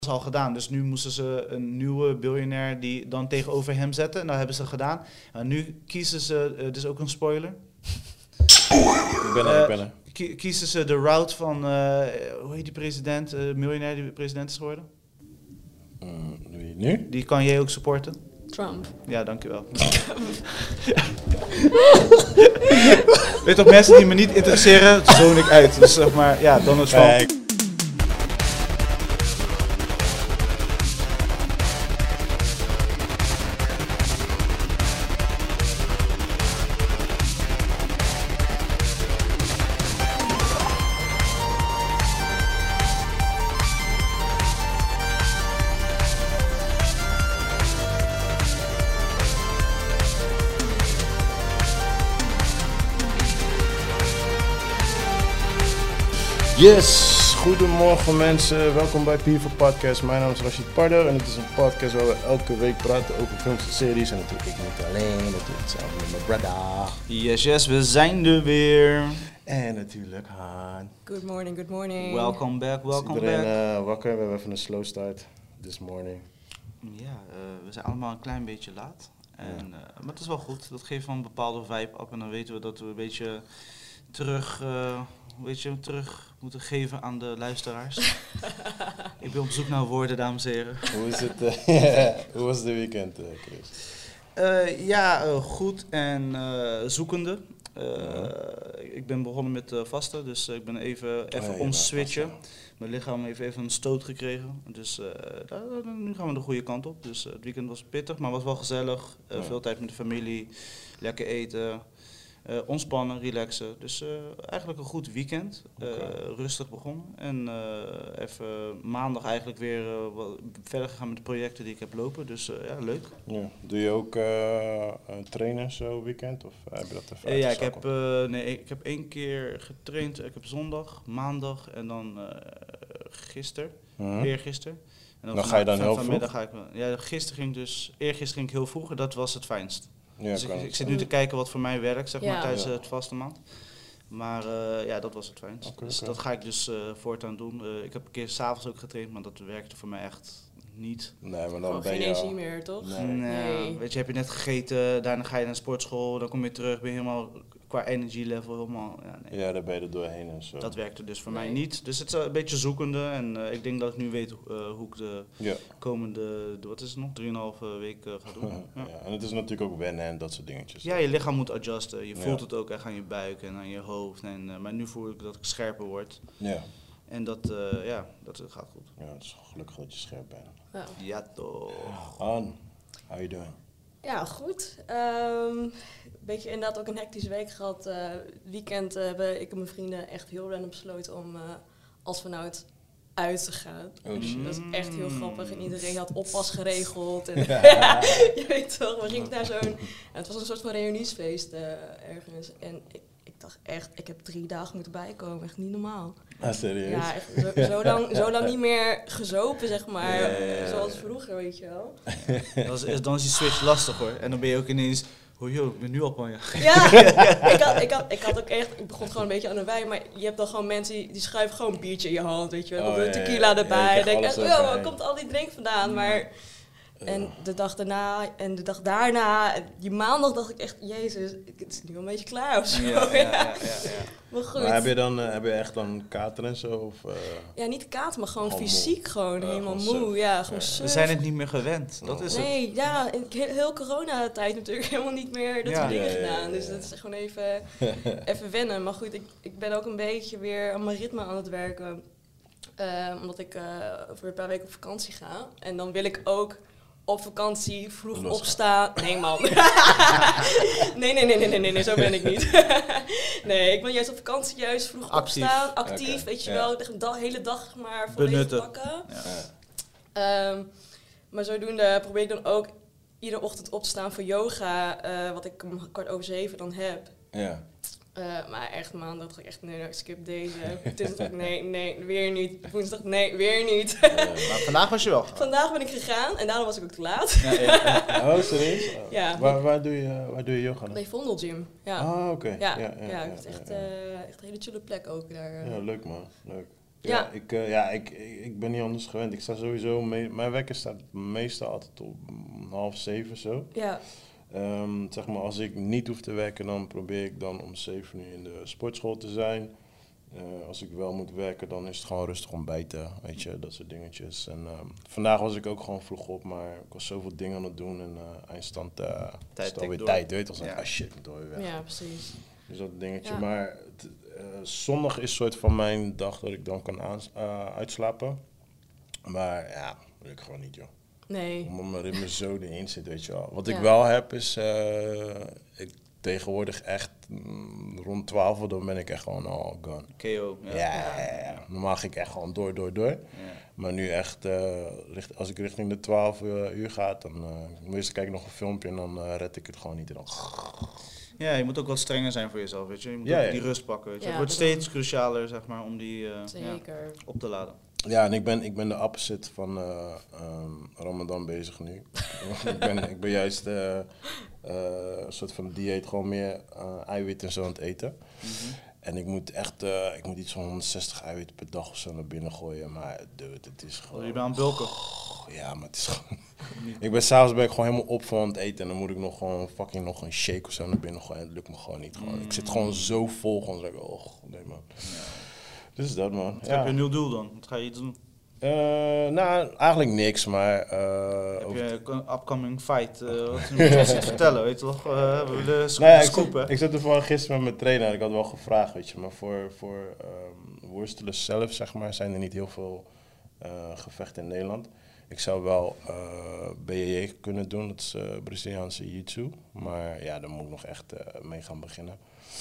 al gedaan. Dus nu moesten ze een nieuwe biljonair die dan tegenover hem zetten. En dat hebben ze gedaan. En nu kiezen ze, dit is ook een spoiler. Ik ben er. Kiezen ze de route van, hoe heet die president, miljonair die president is geworden? Wie nu? Die kan jij ook supporten? Trump. Ja, dankjewel. Weet toch, mensen die me niet interesseren, zoon ik uit. Dus zeg maar, ja, Donald Trump. Yes, goedemorgen mensen, welkom bij P4 Podcast. Mijn naam is Rashid Pardo en het is een podcast waar we elke week praten over films en series. En natuurlijk ik niet alleen, natuurlijk samen met mijn brother. Yes, we zijn er weer. En natuurlijk Han. Good morning, good morning. Welcome back. Is iedereen wakker? We hebben even een slow start this morning. Ja, we zijn allemaal een klein beetje laat. En, maar het is wel goed, dat geeft wel een bepaalde vibe op. En dan weten we dat we een beetje terug moeten geven aan de luisteraars. Ik ben op zoek naar woorden, dames en heren. Hoe is het? Hoe was de weekend, Chris? Goed en zoekende. Ik ben begonnen met vasten, dus ik ben even omswitchen. Mijn lichaam heeft even een stoot gekregen. Dus nu gaan we de goede kant op. Dus het weekend was pittig, maar was wel gezellig. Veel tijd met de familie, lekker eten. Ontspannen, relaxen. Dus eigenlijk een goed weekend. Rustig begonnen. En even maandag eigenlijk weer verder gegaan met de projecten die ik heb lopen. Dus ja, leuk. Ja. Doe je ook trainen zo weekend? Of heb je dat even ik heb 1 keer getraind. Ik heb zondag, maandag en dan eergisteren. En dan ga je dan heel vroeg? Eergisteren ging ik heel vroeg. Dat was het fijnst. Ja, dus ik zit nu te kijken wat voor mij werkt, zeg maar, tijdens het vaste maand. Maar dat was het fijnst. Dat ga ik dus voortaan doen. Ik heb een keer 's avonds ook getraind, maar dat werkte voor mij echt niet. Nee, maar dan ben geen je energie meer, toch? Nee. Weet je, heb je net gegeten, daarna ga je naar de sportschool, dan kom je terug, ben je helemaal qua energy level helemaal... Ja, daar ben je er doorheen en zo. Dat werkte dus voor mij niet. Dus het is een beetje zoekende en ik denk dat ik nu weet hoe ik de komende, wat is het nog, 3,5 week ga doen. Ja, en het is natuurlijk ook wennen en dat soort dingetjes. Ja, je lichaam moet adjusten. Je voelt het ook echt aan je buik en aan je hoofd. Maar nu voel ik dat ik scherper word. Ja. En dat gaat goed. Ja, het is gelukkig dat je scherp bent. Ja, toch. Han, how you doing? Ja, goed. Een beetje inderdaad ook een hectische week gehad. Weekend hebben ik en mijn vrienden echt heel random besloten om als vanuit uit te gaan. Oh, shit. Dat is echt heel grappig. En iedereen had oppas geregeld. En je weet toch, we gingen naar zo'n... het was een soort van reuniesfeest ergens. En ik dacht echt, ik heb 3 dagen moeten bijkomen. Echt niet normaal. Ah, serieus? Ja, echt zo lang niet meer gezopen, zeg maar. Zoals vroeger, weet je wel. Dan is die switch lastig hoor. En dan ben je ook ineens... ik ben nu al van je. Ja, ik had ook echt... Ik begon gewoon een beetje aan de wijn, maar je hebt dan gewoon mensen die schuiven gewoon een biertje in je hand, weet je wel. De tequila erbij. Ja, denk waar komt al die drink vandaan? Maar... En de dag daarna en de dag daarna, die maandag dacht ik echt, jezus, het is nu wel een beetje klaar of zo. Ja. Maar goed. Maar heb je echt dan kater en zo? Of, ja, niet kater, maar gewoon fysiek gewoon helemaal gewoon moe. Ja, gewoon We zijn het niet meer gewend, dat is het. Nee, ja, in heel coronatijd natuurlijk helemaal niet meer dat soort dingen gedaan. Dus dat is gewoon even wennen. Maar goed, ik ben ook een beetje weer aan mijn ritme aan het werken. Omdat ik voor een paar weken op vakantie ga. En dan wil ik ook... op vakantie vroeg opstaan. Nee, man. Nee, zo ben ik niet. Nee, ik wil juist op vakantie juist vroeg opstaan. Actief, weet je wel. De hele dag maar volledig pakken. Ja. Maar zodoende probeer ik dan ook iedere ochtend op te staan voor yoga. Wat ik om 6:15 dan heb. Ja. Maar echt maandag dacht ik echt, nee, skip deze. Dinsdag, nee, weer niet. Woensdag, nee, weer niet. Maar vandaag was je wel. Vandaag ben ik gegaan en daarom was ik ook te laat. Oh, serieus? Ja. Waar doe je yoga dan? Bij Vondel Gym. Ja. Ah, oké. Ja, het is echt een hele chille plek ook daar. Ja, leuk man. Leuk. Ik ben niet anders gewend. Ik sta sowieso, mijn wekker staat meestal altijd op 6:30 zo. Ja. Zeg maar, als ik niet hoef te werken, dan probeer ik dan om 7 uur in de sportschool te zijn. Als ik wel moet werken, dan is het gewoon rustig ontbijten, weet je, dat soort dingetjes. En vandaag was ik ook gewoon vroeg op, maar ik was zoveel dingen aan het doen en eindstand is het alweer tijd, weet je. Shit, ik moet alweer weg. Ja, precies. Dus dat dingetje, maar zondag is soort van mijn dag dat ik dan kan uitslapen. Maar ja, dat wil ik gewoon niet, joh. Nee. Omdat mijn ritme zo erin zit, weet je wel. Wat ik wel heb is, ik tegenwoordig echt rond 12 dan ben ik echt gewoon al gone. KO. Ja. Normaal ging ik echt gewoon door. Ja. Maar nu echt, als ik richting de 12 uur ga, dan meestal kijk ik nog een filmpje en dan red ik het gewoon niet. En dan... Ja, je moet ook wat strenger zijn voor jezelf, weet je. Je moet ook die rust pakken, weet je. Het wordt steeds crucialer, zeg maar, om die op te laden. Ja, en ik ben de opposite van Ramadan bezig nu. ik ben juist een soort van dieet, gewoon meer eiwit en zo aan het eten. Mm-hmm. En ik moet echt, iets van 160 eiwitten per dag of zo naar binnen gooien. Maar dude, het is gewoon... Je bent aan het bulken. Ja, maar het is gewoon... S'avonds ben ik gewoon helemaal op van het eten. En dan moet ik nog gewoon nog een shake of zo naar binnen gooien. En het lukt me gewoon niet. Gewoon. Ik zit gewoon zo vol. Gewoon zo, nee man. Ja. Dus dat man. Wat heb je een nieuw doel dan? Wat ga je iets doen? Nou, eigenlijk niks, maar... heb je een upcoming fight? Wat moet je eens iets vertellen, weet je toch? We willen scoopen. Ik zat ervoor gisteren met mijn trainer. Ik had wel gevraagd, weet je. Maar voor worstelen zelf, zeg maar, zijn er niet heel veel gevechten in Nederland. Ik zou wel BJJ kunnen doen. Dat is Braziliaanse Jiu-Jitsu. Maar ja, daar moet ik nog echt mee gaan beginnen.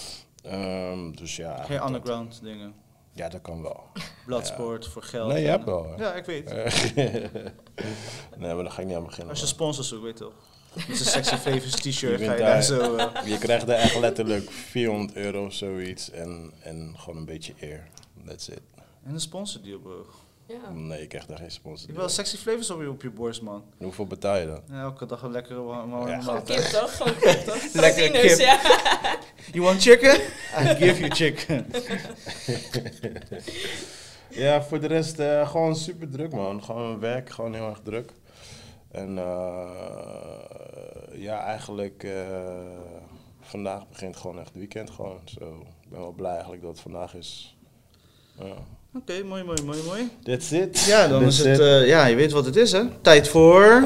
Dus ja... Geen underground dingen? Ja, dat kan wel. Bloodsport voor geld. Nee, je hebt wel. Hè? Ja, ik weet. Nee, maar daar ga ik niet aan beginnen. Als je sponsors zoekt, weet je toch? Met een Sexy Flavors t-shirt ga je daar zo... Je krijgt daar echt letterlijk €400 of zoiets en gewoon een beetje eer. That's it. En een sponsordeal, bro. Ja. Nee, je krijgt daar geen sponsor. Je wil Sexy Flavors op je borst, man. En hoeveel betaal je dan? Ja, elke dag een lekkere warme kip toch? Gewoon kip toch? Lekkere kip. Ja. You want chicken? I give you chicken. Ja, voor de rest gewoon super druk, man. Gewoon werk, gewoon heel erg druk. En eigenlijk vandaag begint gewoon echt het weekend gewoon. So, ik ben wel blij eigenlijk dat het vandaag is. Oké, mooi. That's it. Ja, dan is het, je weet wat het is, hè? Tijd voor...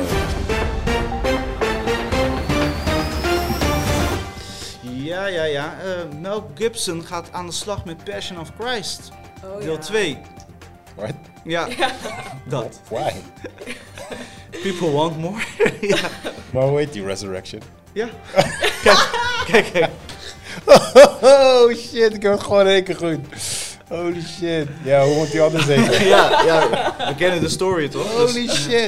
Ja. Mel Gibson gaat aan de slag met Passion of Christ. Deel 2. What? Ja, dat. Why? People want more. Ja. Maar hoe heet die Resurrection? Ja. Kijk. Oh shit, ik heb het gewoon in één keer goed. Holy shit. Ja, hoe moet die anders heten? ja, we kennen de story toch? Holy shit.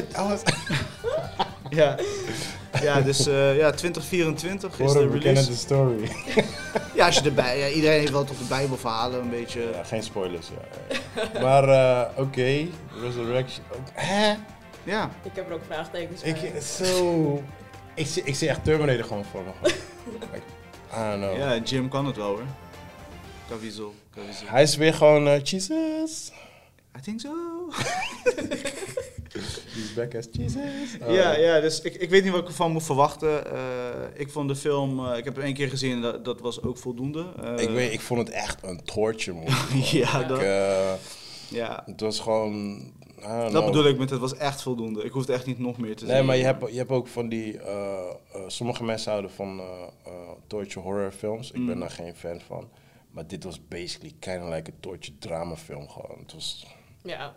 Ja, dus 2024 is de release. We kennen de story. Ja, als je erbij... iedereen heeft wel toch de Bijbelverhalen een beetje... Ja, geen spoilers, ja. Maar oké, Resurrection. Hè? Ja. Ik heb er ook vraagtekens bij. Ik zie echt Terminator gewoon voor me. I don't know. Ja, Jim kan het wel hoor. Caviezel. Hij is weer gewoon Jesus. I think so. He's back as Jesus. Ja, dus ik weet niet wat ik ervan moet verwachten. Ik vond de film, ik heb hem 1 keer gezien en dat was ook voldoende. Ik vond het echt een torture movie. Ja, het was gewoon... Dat bedoel ik met het was echt voldoende. Ik hoefde echt niet nog meer te zien. Nee, maar je hebt ook van die... sommige mensen houden van torture horror films. Ik ben daar geen fan van. Maar dit was basically kind of like een torture drama film gewoon. Het was... Ja.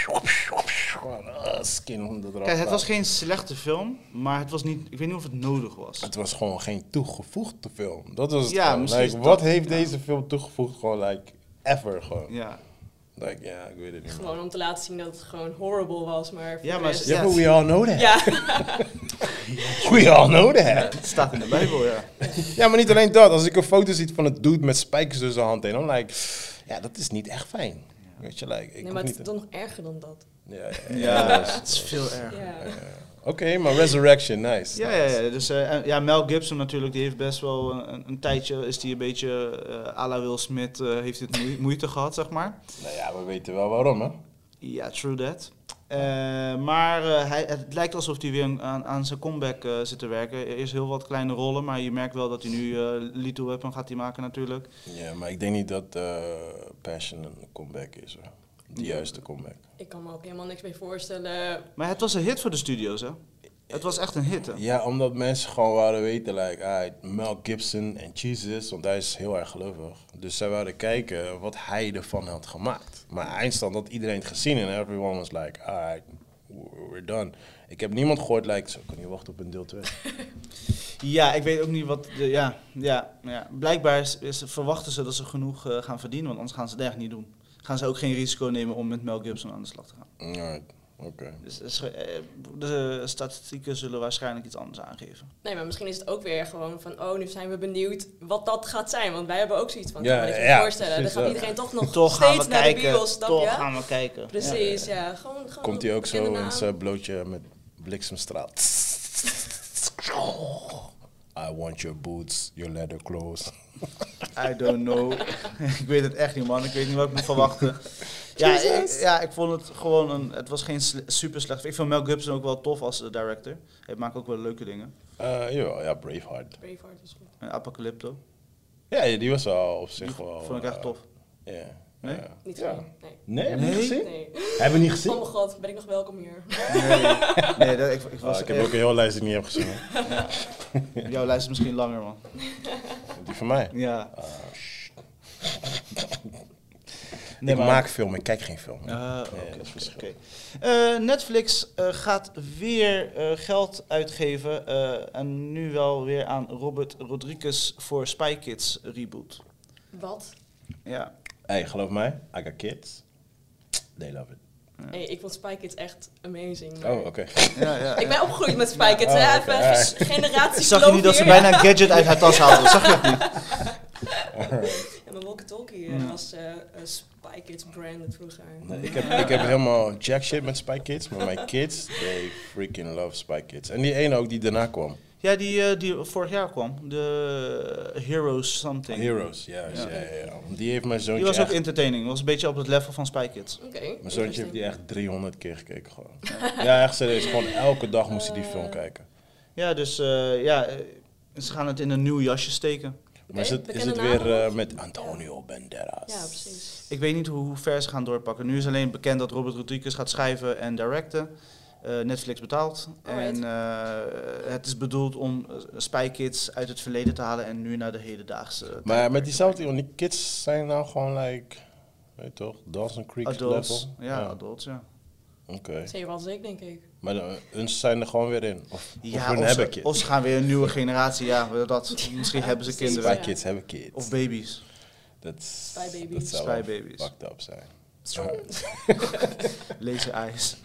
Skin eraf. Kijk, het was geen slechte film, maar het was niet... Ik weet niet of het nodig was. Het was gewoon geen toegevoegde film. Dat was het gewoon. Like, wat heeft deze film toegevoegd? Gewoon like, ever gewoon. Ja. Like, ik weet het niet. Gewoon om te laten zien dat het gewoon horrible was, maar... Ja, maar... but we all know that. Ja. We all know that. Het staat in de Bijbel, ja. Ja, maar niet alleen dat. Als ik een foto zie van een dude met spijkers door zijn hand heen, dan like... Ja, dat is niet echt fijn. Weet je, like, nee, maar het is toch nog erger dan dat. Ja, het is veel erger. Ja. Oké, maar Resurrection, nice. Ja, dus Mel Gibson natuurlijk, die heeft best wel een tijdje, is die een beetje à la Will Smith, heeft dit moeite gehad, zeg maar. Nou ja, we weten wel waarom, hè? Ja, true that. Maar het lijkt alsof hij weer aan zijn comeback zit te werken. Er is heel wat kleine rollen, maar je merkt wel dat hij nu Lethal Weapon gaat maken natuurlijk. Ja, maar ik denk niet dat Passion een comeback is, hoor. De juiste comeback. Ik kan me ook helemaal niks mee voorstellen. Maar het was een hit voor de studio's, hè? Het was echt een hit, hè? Ja, omdat mensen gewoon wouden weten, Mel Gibson en Jesus, want hij is heel erg gelovig. Dus zij wouden kijken wat hij ervan had gemaakt. Maar eindstand had iedereen het gezien en everyone was like, alright, we're done. Ik heb niemand gehoord, zo kan je wachten op een deel 2. Ja, ik weet ook niet wat... Blijkbaar verwachten ze dat ze genoeg gaan verdienen, want anders gaan ze het echt niet doen. Gaan ze ook geen risico nemen om met Mel Gibson aan de slag te gaan. Alright. Okay. Dus de statistieken zullen waarschijnlijk iets anders aangeven. Nee, maar misschien is het ook weer gewoon van, nu zijn we benieuwd wat dat gaat zijn. Want wij hebben ook zoiets van, kan ik me voorstellen. Dan gaat iedereen toch nog steeds naar de bios, snap je? Toch gaan we kijken. Precies, ja. Gewoon komt hij ook zo in zijn blootje met bliksemstraal. I want your boots, your leather clothes. I don't know. Ik weet het echt niet, man. Ik weet niet wat ik moet verwachten. Ik vond het gewoon het was geen super slecht. Ik vind Mel Gibson ook wel tof als director. Hij maakt ook wel leuke dingen. Braveheart. Braveheart is goed. En Apocalypto. Ja, die was wel op zich wel... Vond ik echt tof. Ja. Nee? Niet gezien. Nee, heb je niet gezien? Nee. Hebben we niet gezien? Oh mijn god, ben ik nog welkom hier? Nee, ik heb ook een hele lijst die ik niet heb gezien. Ja. Jouw lijst is misschien langer, man. Die van mij? Ja. Ik maak film, ik kijk geen film. Oké. Netflix gaat weer geld uitgeven en nu wel weer aan Robert Rodriguez voor Spy Kids reboot. Wat? Ja. Hey, geloof mij, I got kids. They love it. Hey, ik vond Spy Kids echt amazing. Oh, oké. Ja. Ik ben opgegroeid met Spy Kids. Generatie. Zag je niet dat ze bijna een gadget uit haar tas haalden? Zag je dat niet? Ja, mijn walkie-talkie was Spy Kids branded vroeger. Nee, ik heb helemaal jack shit met Spy Kids, maar mijn kids, they freaking love Spy Kids. En die ene ook die daarna kwam. Ja, die vorig jaar kwam. De Heroes something. Heroes, ja. Die heeft mijn zoontje Die was ook entertaining. Was een beetje op het level van Spy Kids. Okay, mijn zoontje heeft die echt 300 keer gekeken gewoon. Ja, echt serieus. Gewoon elke dag moest hij die film kijken. Ja, dus ze gaan het in een nieuw jasje steken. Maar is het weer met Antonio Banderas? Ja, precies. Ik weet niet hoe ver ze gaan doorpakken. Nu is alleen bekend dat Robert Rodriguez gaat schrijven en directen. Netflix betaalt. En het is bedoeld om Spy Kids uit het verleden te halen en nu naar de hedendaagse. Maar met diezelfde, die kids zijn nou gewoon weet je toch, Dawson Creek adults, level? Ja, adults, ja. Oké. Zeker als ik, denk ik. Maar hun zijn er gewoon weer in? Of ze gaan weer een nieuwe generatie, misschien hebben ze kinderen. Spy Kids hebben kids. Of baby's. Dat zou Spy babies. fucked up zijn. Laser eyes.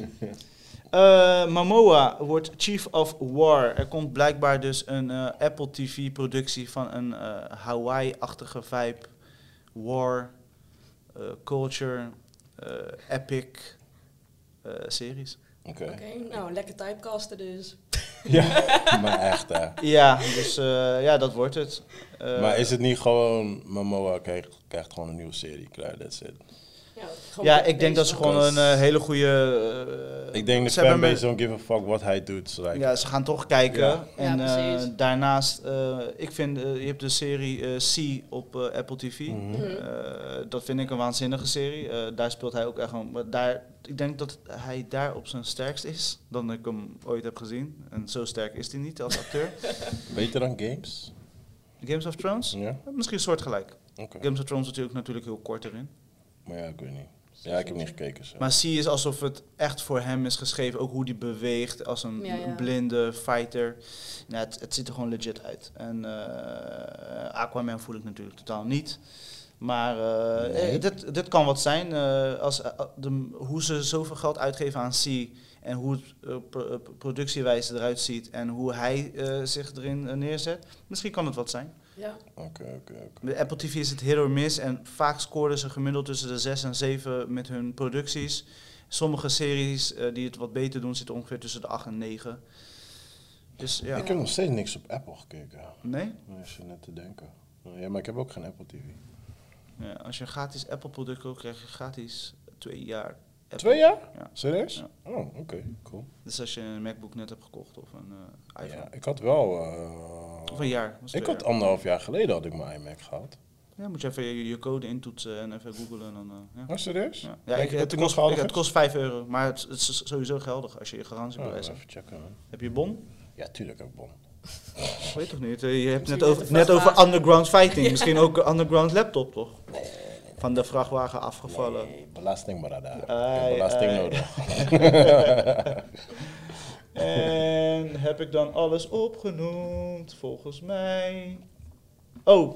Momoa wordt Chief of War. Er komt blijkbaar dus een Apple TV productie van een Hawaii-achtige vibe. War, culture, epic series. Oké, nou lekker typecasten dus. Ja, maar echt hè. Ja, dus dat wordt het. Maar is het niet gewoon, Momoa krijgt gewoon een nieuwe serie, klaar, that's it. Ja, ik denk dat ze gewoon een hele goede... ik denk de fanbase don't give a fuck wat hij doet. Ja, ze gaan toch kijken. Ja. En daarnaast, ik vind, je hebt de serie C op Apple TV. Dat vind ik een waanzinnige serie. Daar speelt hij ook echt gewoon... Ik denk dat hij daar op zijn sterkst is dan ik hem ooit heb gezien. En zo sterk is hij niet als acteur. Beter dan Games? Games of Thrones? Ja. Misschien soortgelijk. Okay. Games of Thrones natuurlijk heel kort erin. Maar ja, ik weet niet. Ja, ik heb niet gekeken. Zo. Maar C is alsof het echt voor hem is geschreven. Ook hoe hij beweegt als een blinde fighter. Nou, het ziet er gewoon legit uit. En Aquaman voel ik natuurlijk totaal niet. Maar dit kan wat zijn. Hoe ze zoveel geld uitgeven aan C. En hoe het productiewijze eruit ziet. En hoe hij zich erin neerzet. Misschien kan het wat zijn. Ja. Oké. Met Apple TV is het hit or miss en vaak scoren ze gemiddeld tussen de 6 en 7 met hun producties. Sommige series die het wat beter doen, zitten ongeveer tussen de 8 en 9. Dus, ja. Ik heb nog steeds niks op Apple gekeken. Nee? Als je net te denken. Ja, maar ik heb ook geen Apple TV. Ja, als je een gratis Apple-product koopt, krijg je gratis 2 jaar Apple. 2 jaar? Ja. Serieus? Ja. Oh, oké, cool. Dus als je een MacBook net hebt gekocht of een iPhone. Ja, ik had wel... Of een jaar. ik had 1,5 jaar geleden had ik mijn iMac gehad. Ja, moet je even je code intoetsen en even googlen. En dan, ja. Oh, serieus? Ja. Ja, Denk je dat het kost 5 euro, maar het is sowieso geldig als je je garantiebewijs hebt. Even checken, man. Heb je bon? Ja, tuurlijk heb ik bon. Weet toch niet? Je hebt Misschien net over vrachtwagen. underground fighting. Misschien ook een underground laptop, toch? Nee. Van de vrachtwagen afgevallen. Nee, belasting maar daar. Ik Ai, heb belasting ai. nodig. En heb ik dan alles opgenoemd, volgens mij? Oh,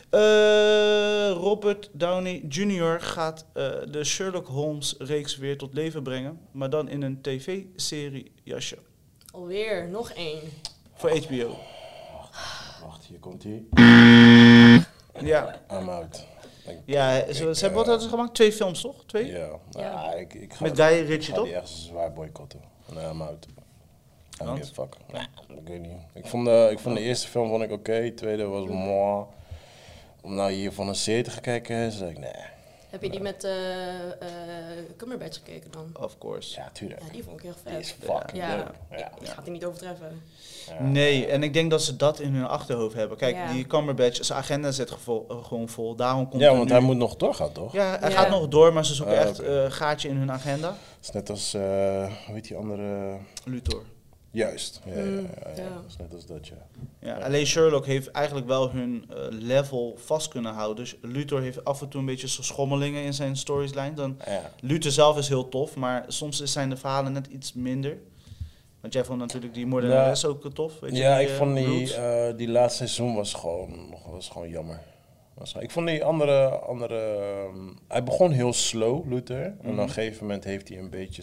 Robert Downey Jr. gaat de Sherlock Holmes reeks weer tot leven brengen, maar dan in een tv-serie jasje. Alweer, nog één. Voor HBO. Wacht, hier komt hij. Ja, I'm out. ja ze hebben wat hadden ze gemaakt? 2 films, toch? 2? Ja, Ja. ik ga... Met Guy Ritchie, Ik ga toch? die echt zwaar boycotten. Nee, I'm out. I don't Want? give a fuck. Ik weet niet. Ik vond de eerste film vond ik oké, de tweede was moi. Om nou hier van een serie te gaan kijken, zei ik nee. Heb je die met Cumberbatch gekeken dan? Of course. Ja, tuurlijk. Ja, die vond ik heel Die vet. is fucking Ja. leuk. Ja. Die gaat hij niet overtreffen. Nee, en ik denk dat ze dat in hun achterhoofd hebben. Kijk, Ja. die Cumberbatch, zijn agenda zit gewoon vol. Daarom komt Ja, er want nu- hij moet nog doorgaan, toch? Ja, hij Ja. gaat nog door, maar ze zoeken Ah, echt oké. een gaatje in hun agenda. Het is net als, hoe heet die andere... Luthor. Juist. Ja. Ja. Dat is net als dat, ja. Ja, alleen Sherlock heeft eigenlijk wel hun level vast kunnen houden. Dus Luthor heeft af en toe een beetje zo schommelingen in zijn storyline. Dan, Ja. Luthor zelf is heel tof, maar soms zijn de verhalen net iets minder. Want jij vond natuurlijk die moordenares ook tof. Weet je, Ja, die, ik vond Roots. die laatste seizoen was gewoon jammer. Ik vond die andere hij begon heel slow, Luther. En op een gegeven moment heeft hij een beetje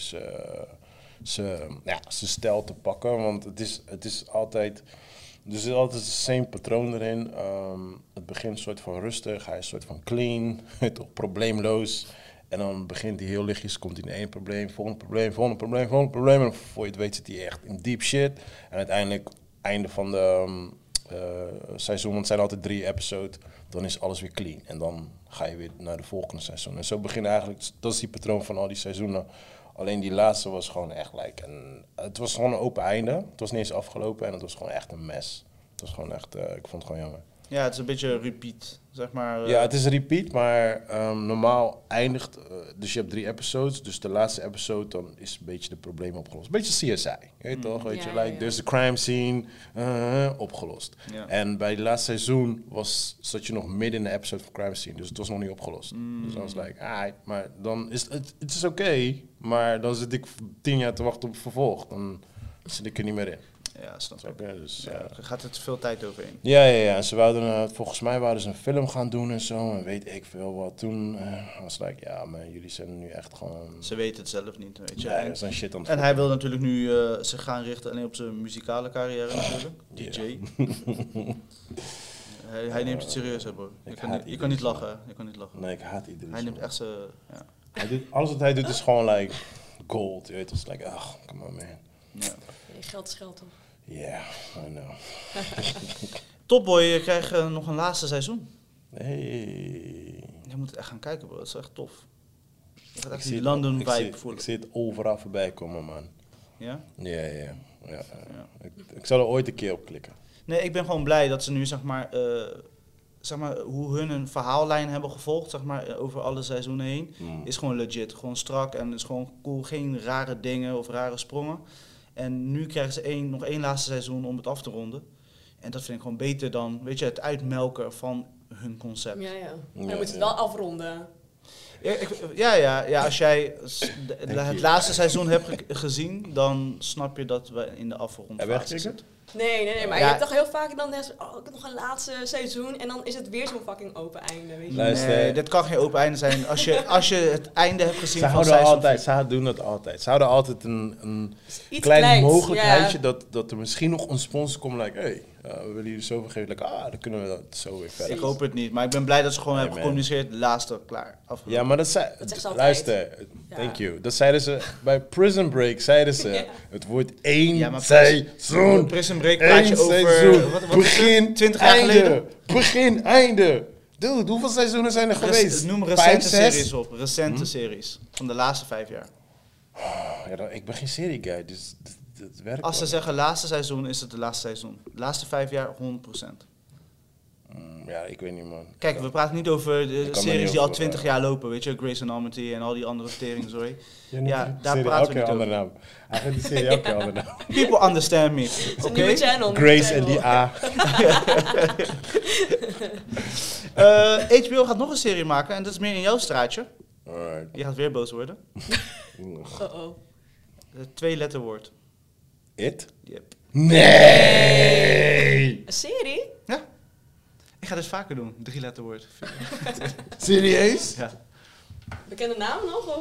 zijn stijl te pakken. Want het is altijd... Er zit altijd het same patroon erin. Het begint soort van rustig, hij is soort van clean, toch probleemloos. En dan begint hij heel lichtjes, komt hij in één probleem, volgende probleem, volgende probleem, volgende probleem. En voor je het weet zit hij echt in deep shit. En uiteindelijk, einde van de seizoen, want het zijn altijd 3 episodes, dan is alles weer clean. En dan ga je weer naar de volgende seizoen. En zo begint eigenlijk, dat is die patroon van al die seizoenen. Alleen die laatste was gewoon echt het was gewoon een open einde. Het was niet eens afgelopen en het was gewoon echt een mes. Het was gewoon echt, ik vond het gewoon jammer. Ja, het is een beetje repeat, zeg maar. Ja, het is een repeat, maar normaal eindigt... dus je hebt 3 episodes, dus de laatste episode dan is een beetje de probleem opgelost. Een beetje CSI, weet je toch? Weet je, Ja, like, ja. there's a crime scene, opgelost. Ja. En bij het laatste seizoen zat je nog midden in de episode van crime scene, dus het was nog niet opgelost. Dus dan was like, maar dan is het is oké, maar dan zit ik 10 jaar te wachten op het vervolg. Dan zit ik er niet meer in. Ja, snap ik. Snap je? Dus, Ja, er gaat er te veel tijd overheen. ja. En ze wouden, volgens mij wouden ze een film gaan doen en zo. En weet ik veel wat. Toen was het like, ja, maar jullie zijn nu echt gewoon... Ze weten het zelf niet, weet je. Ja, En- dat zijn shit aan het En hij wil natuurlijk nu zich gaan richten alleen op zijn muzikale carrière natuurlijk. Ja. DJ. Hij neemt het serieus, hè, bro. Je kan niet lachen, hè. Je kan niet lachen. Nee, ik haat iedereen. Hij neemt echt zijn... Ja. Alles wat hij doet is gewoon like gold. Je weet, het is like, come on man. Ja. Geld is geld, toch? Yeah, I know. Top Boy, je krijgt nog een laatste seizoen. Hey. Je moet het echt gaan kijken, bro. Dat is echt tof. Je gaat Ik echt zie die het- London ik vibe zie- voelen. Ik zie het overal voorbij komen, man. Ja? Ja. Ik zal er ooit een keer op klikken. Nee, ik ben gewoon blij dat ze nu, zeg maar, hoe hun een verhaallijn hebben gevolgd, zeg maar, over alle seizoenen heen, is gewoon legit. Gewoon strak en is gewoon cool. Geen rare dingen of rare sprongen. En nu krijgen ze nog één laatste seizoen om het af te ronden. En dat vind ik gewoon beter dan, weet je, het uitmelken van hun concept. Ja, ja. Ja, Maar je moet het ja. wel afronden. Ja, als jij het je. laatste seizoen hebt gezien, dan snap je dat we in de afrond Heb je fase gekeken? zitten. Nee, maar je hebt toch heel vaak dan ik heb nog een laatste seizoen en dan is het weer zo'n fucking open einde, weet je. Nee, dit kan geen open einde zijn. Als je het einde hebt gezien van seizoen. Ze doen dat altijd. Ze houden altijd een Iets klein kleins, mogelijkheidje dat er misschien nog een sponsor komt, we willen jullie zoveel geven, dan kunnen we dat zo weer verder. Ik hoop het niet, maar ik ben blij dat ze gewoon hebben gecommuniceerd, laatste, klaar, afgelopen. Ja, maar dat zei, luister, thank you. Dat zeiden ze, bij Prison Break zeiden ze, het wordt 1 seizoen. Prison Break praat je over, wat begin, 20 jaar geleden? Begin, einde. Dude, hoeveel seizoenen zijn er geweest? Noem recente series op, recente series, van de laatste 5 jaar. Ja, ik ben geen serie guy, dus dat werkt. Als ze zeggen laatste seizoen, is het de laatste seizoen. De laatste 5 jaar 100%. Ja, ik weet niet, man. Kijk, we praten niet over de series die al 20 jaar lopen, weet je, Grey's Anatomy en al die andere tering, sorry. Ja, daar praten we niet over. Naam. Hij gaat die serie elke andere naam. People understand me, oké? Nieuwe channel. Grace en die A. HBO gaat nog een serie maken en dat is meer in jouw straatje. Alright. Je gaat weer boos worden. 2 letterwoord. It? Yep. Nee! Een serie? Ja. Ik ga dit vaker doen, 3 letterwoord. Serieus? Ja. Bekende naam nog? Of?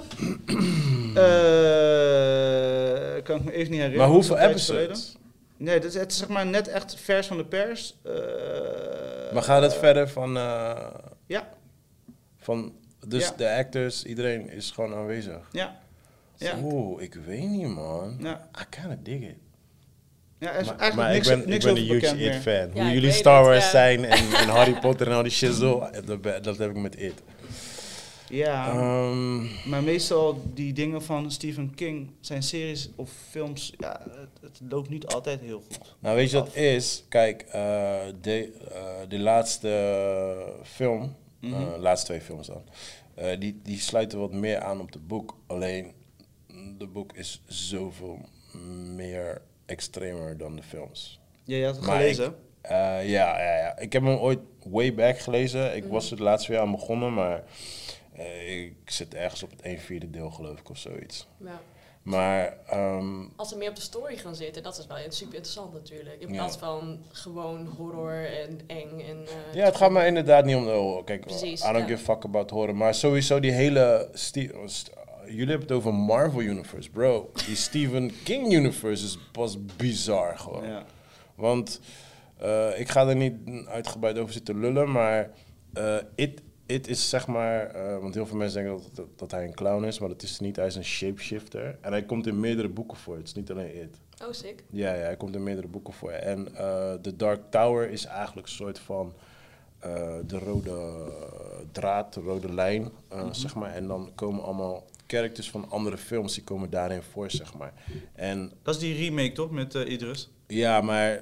Kan ik me even niet herinneren. Maar hoeveel episodes? Nee, het is zeg maar net echt vers van de pers. Maar gaat het verder van... Ja. Dus de actors, iedereen is gewoon aanwezig? Ja. Ja. Oeh, ik weet niet, man. Ja. I kinda dig it. Ja, er is Maar eigenlijk ik ben een huge It-fan. Ja, Hoe ik jullie weet Star het, Wars ja. zijn en Harry Potter en al die shizzle, dat heb ik met It. Ja, maar meestal die dingen van Stephen King, zijn series of films, ja, het loopt niet altijd heel goed. Nou, weet je wat het is? Kijk, de laatste film, laatste 2 films dan, die sluiten wat meer aan op het boek. Alleen, de boek is zoveel meer extremer dan de films. Ja, je had het gelezen? Ja. Ik heb hem ooit way back gelezen. Ik was er het laatste jaar aan begonnen, maar ik zit ergens op het 1/4 deel, geloof ik, of zoiets. Ja. Maar... als ze meer op de story gaan zitten, dat is wel super interessant natuurlijk. In plaats van gewoon horror en eng. En, ja, het gaat me inderdaad niet om de horror. Kijk, precies, I don't give a fuck about horror. Maar sowieso die hele... jullie hebben het over Marvel Universe, bro. Die Stephen King Universe is pas bizar gewoon. Ja. Want ik ga er niet uitgebreid over zitten lullen, maar It is zeg maar, want heel veel mensen denken dat hij een clown is, maar dat is het niet. Hij is een shapeshifter en hij komt in meerdere boeken voor. Het is niet alleen It. Oh, sick. Ja, hij komt in meerdere boeken voor. En The Dark Tower is eigenlijk een soort van de rode draad, de rode lijn, zeg maar. En dan komen allemaal characters van andere films, die komen daarin voor, zeg maar. En Dat is die remake toch, met Idris? ja, maar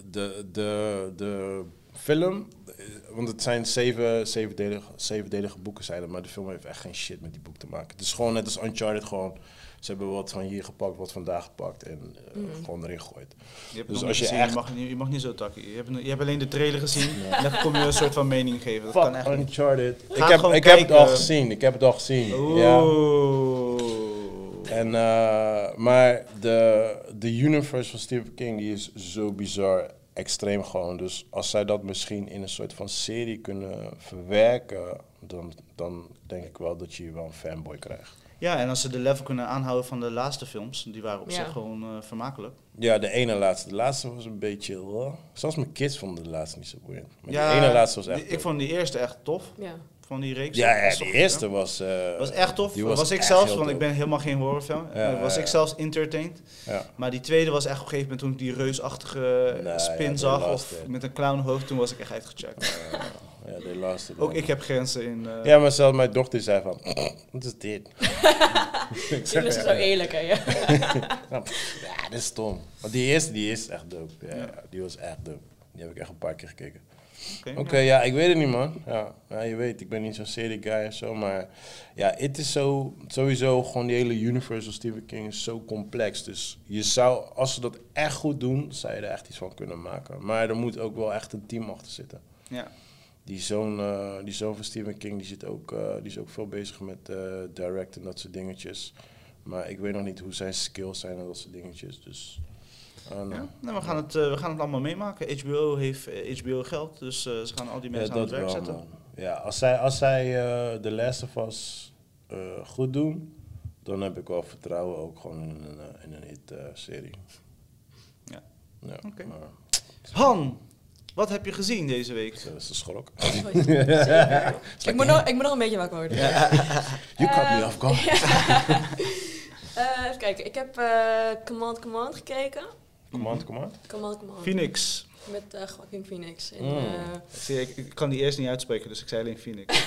de film, want het zijn zevendelige boeken zijn het, maar de film heeft echt geen shit met die boek te maken. Het is gewoon net als Uncharted, gewoon, ze hebben wat van hier gepakt, wat vandaag gepakt en gewoon erin gegooid. Dus als je mag niet zo takken. Je hebt alleen de trailer gezien en dan kom je een soort van mening geven. Dat kan echt niet. Uncharted. Ik kijken. heb het al gezien. Oeh. Ja. En, maar de universe van Stephen King, die is zo bizar extreem gewoon. Dus als zij dat misschien in een soort van serie kunnen verwerken, dan denk ik wel dat je hier wel een fanboy krijgt. Ja, en als ze de level kunnen aanhouden van de laatste films, die waren op zich gewoon vermakelijk. Ja, de laatste was een beetje... zelfs mijn kids vonden de laatste niet zo boeiend. Maar ja, de ene laatste was echt ik vond die eerste echt tof. Ja. Van die reeks. Ja, die eerste was echt tof. Was ik zelfs, want ik ben helemaal geen horrorfan. Was ik zelfs entertained. Ja. Maar die tweede was echt op een gegeven moment toen ik die reusachtige spin zag of met een clownhoofd, toen was ik echt uitgecheckt. Ja, they lost it. Ook ik heb grenzen in... Ja, maar zelfs mijn dochter zei van, wat is dit? Die is zo eerlijk, hè? Ja, dat is stom. Want die is echt dope. Ja, die was echt dope. Die heb ik echt een paar keer gekeken. Oké, ja, ik weet het niet, man. Ja, je weet, ik ben niet zo'n serie guy en zo, maar ja, het is sowieso gewoon die hele universe van Stephen King is zo complex. Dus je zou, als ze dat echt goed doen, zou je er echt iets van kunnen maken. Maar er moet ook wel echt een team achter zitten. Ja. Die zoon van Stephen King, die is ook veel bezig met direct en dat soort dingetjes. Maar ik weet nog niet hoe zijn skills zijn en dat soort dingetjes, dus... We gaan het allemaal meemaken. HBO heeft HBO geld, dus ze gaan al die mensen aan het werk zetten. Man. Ja, als zij The Last of Us goed doen, dan heb ik wel vertrouwen ook gewoon in een hit-serie. Ja. Oké. Han, wat heb je gezien deze week? Dat is een schrok. Ik moet nog een beetje wakker worden. You caught me off guard. Even kijken, ik heb Command gekeken. Command. Phoenix. Met Joaquin Phoenix. Ik kan die eerst niet uitspreken, dus ik zei alleen Phoenix.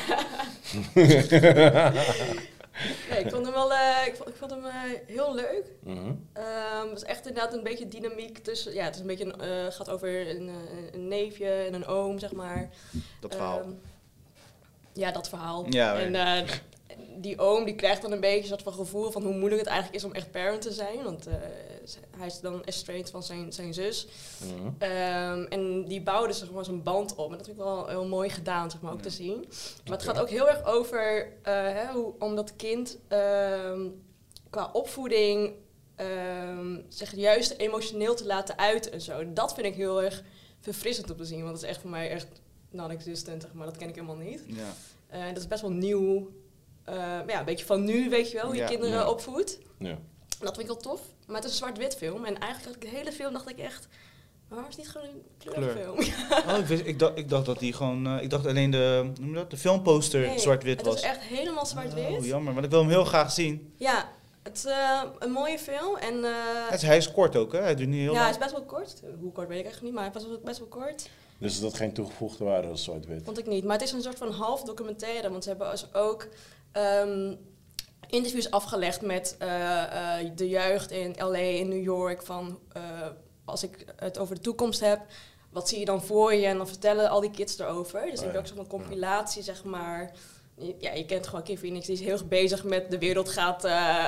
Ik vond hem wel heel leuk. Het is echt inderdaad een beetje dynamiek tussen. Ja, het is een beetje gaat over een neefje en een oom, zeg maar. Dat verhaal. Dat verhaal. Ja, en die oom die krijgt dan een beetje een soort van gevoel van hoe moeilijk het eigenlijk is om echt parent te zijn. Want hij is dan estranged van zijn zus. En die bouwden zeg maar zo'n band op. En dat vind ik wel heel mooi gedaan, zeg maar, ook te zien. Maar het gaat ook heel erg over om dat kind qua opvoeding zich juist emotioneel te laten uiten en zo. Dat vind ik heel erg verfrissend om te zien. Want dat is echt voor mij echt non-existent, zeg maar. Dat ken ik helemaal niet. Ja. Dat is best wel nieuw. Een beetje van nu, weet je wel, hoe je kinderen opvoedt. Ja. Dat vind ik wel tof. Maar het is een zwart-wit film. En eigenlijk had ik de hele film, dacht ik echt, waarom is het niet gewoon een kleurfilm? Ik dacht dat die gewoon, ik dacht alleen de filmposter zwart-wit was. Het is echt helemaal zwart-wit. Oh, jammer, want ik wil hem heel graag zien. Ja, het is een mooie film. En, hij is kort ook, hè? Hij duurt niet heel lang. hij is best wel kort. Hoe kort weet ik eigenlijk niet, maar hij was best wel kort. Dus is dat geen toegevoegde waarde als zwart-wit? Vond ik niet. Maar het is een soort van half documentaire. Want ze hebben dus ook interviews afgelegd met de jeugd in LA, in New York. Van als ik het over de toekomst heb, wat zie je dan voor je? En dan vertellen al die kids erover. Dus ik heb ook zo'n compilatie, zeg maar. Ja, je kent gewoon Phoenix, die is heel erg bezig met de wereld gaat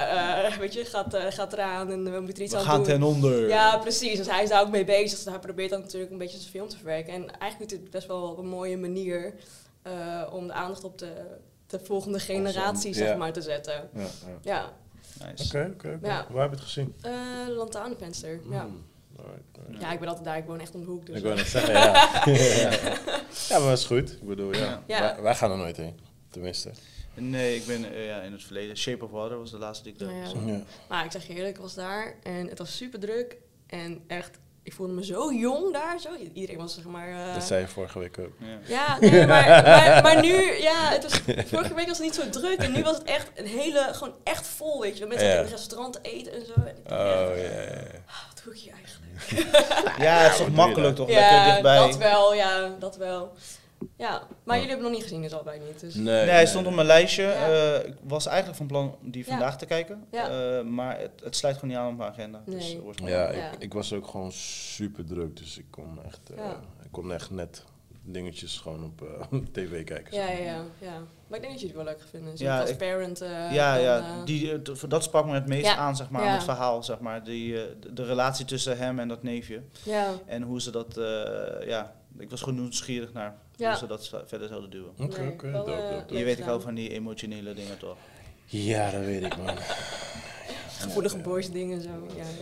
eraan en we moeten iets aan doen. We gaan ten onder. Ja, precies. Dus hij is daar ook mee bezig. Dus hij probeert dan natuurlijk een beetje zijn film te verwerken. En eigenlijk doet het best wel op een mooie manier om de aandacht op de volgende generatie zeg maar te zetten. Ja. Nice. Oké. Waar heb je het gezien? Lantaarnvenster, ja. Alright. Ja, ik ben altijd daar. Ik woon echt om de hoek. Dus ik wil net zeggen, ja. Ja, maar dat is goed. Ik bedoel, wij gaan er nooit heen. Tenminste. Nee, ik ben in het verleden. Shape of Water was de laatste die ik daar zag. Ja. Maar ik zeg je eerlijk, ik was daar en het was super druk. En echt, ik voelde me zo jong daar. Zo. Iedereen was zeg maar... Dat zei je vorige week ook. Ja, nee, maar nu, vorige week was het niet zo druk. En nu was het echt gewoon echt vol, weet je wel. Mensen gaan in het restaurant eten en zo. En ik dacht wat doe ik hier eigenlijk? Ja, het is toch makkelijk toch? Ja, lekker dichtbij. dat wel. Ja, maar jullie hebben nog niet gezien, dus allebei niet. Dus. Nee, hij stond op mijn lijstje. Ik was eigenlijk van plan die vandaag te kijken. Maar het sluit gewoon niet aan op mijn agenda. Nee. Dus, ik was ook gewoon super druk. Dus ik kon echt net dingetjes gewoon op tv kijken. Ja. Maar ik denk dat jullie het wel leuk vinden. Dus als parent... dat sprak me het meest aan, zeg maar, het verhaal, zeg maar. De relatie tussen hem en dat neefje. Ja. En hoe ze dat, ik was gewoon nieuwsgierig naar hoe ze dat verder zouden duwen. Oké. Je weet, ik hou van die emotionele dingen, toch? Ja, dat weet ik, man. Gevoelige boys dingen zo.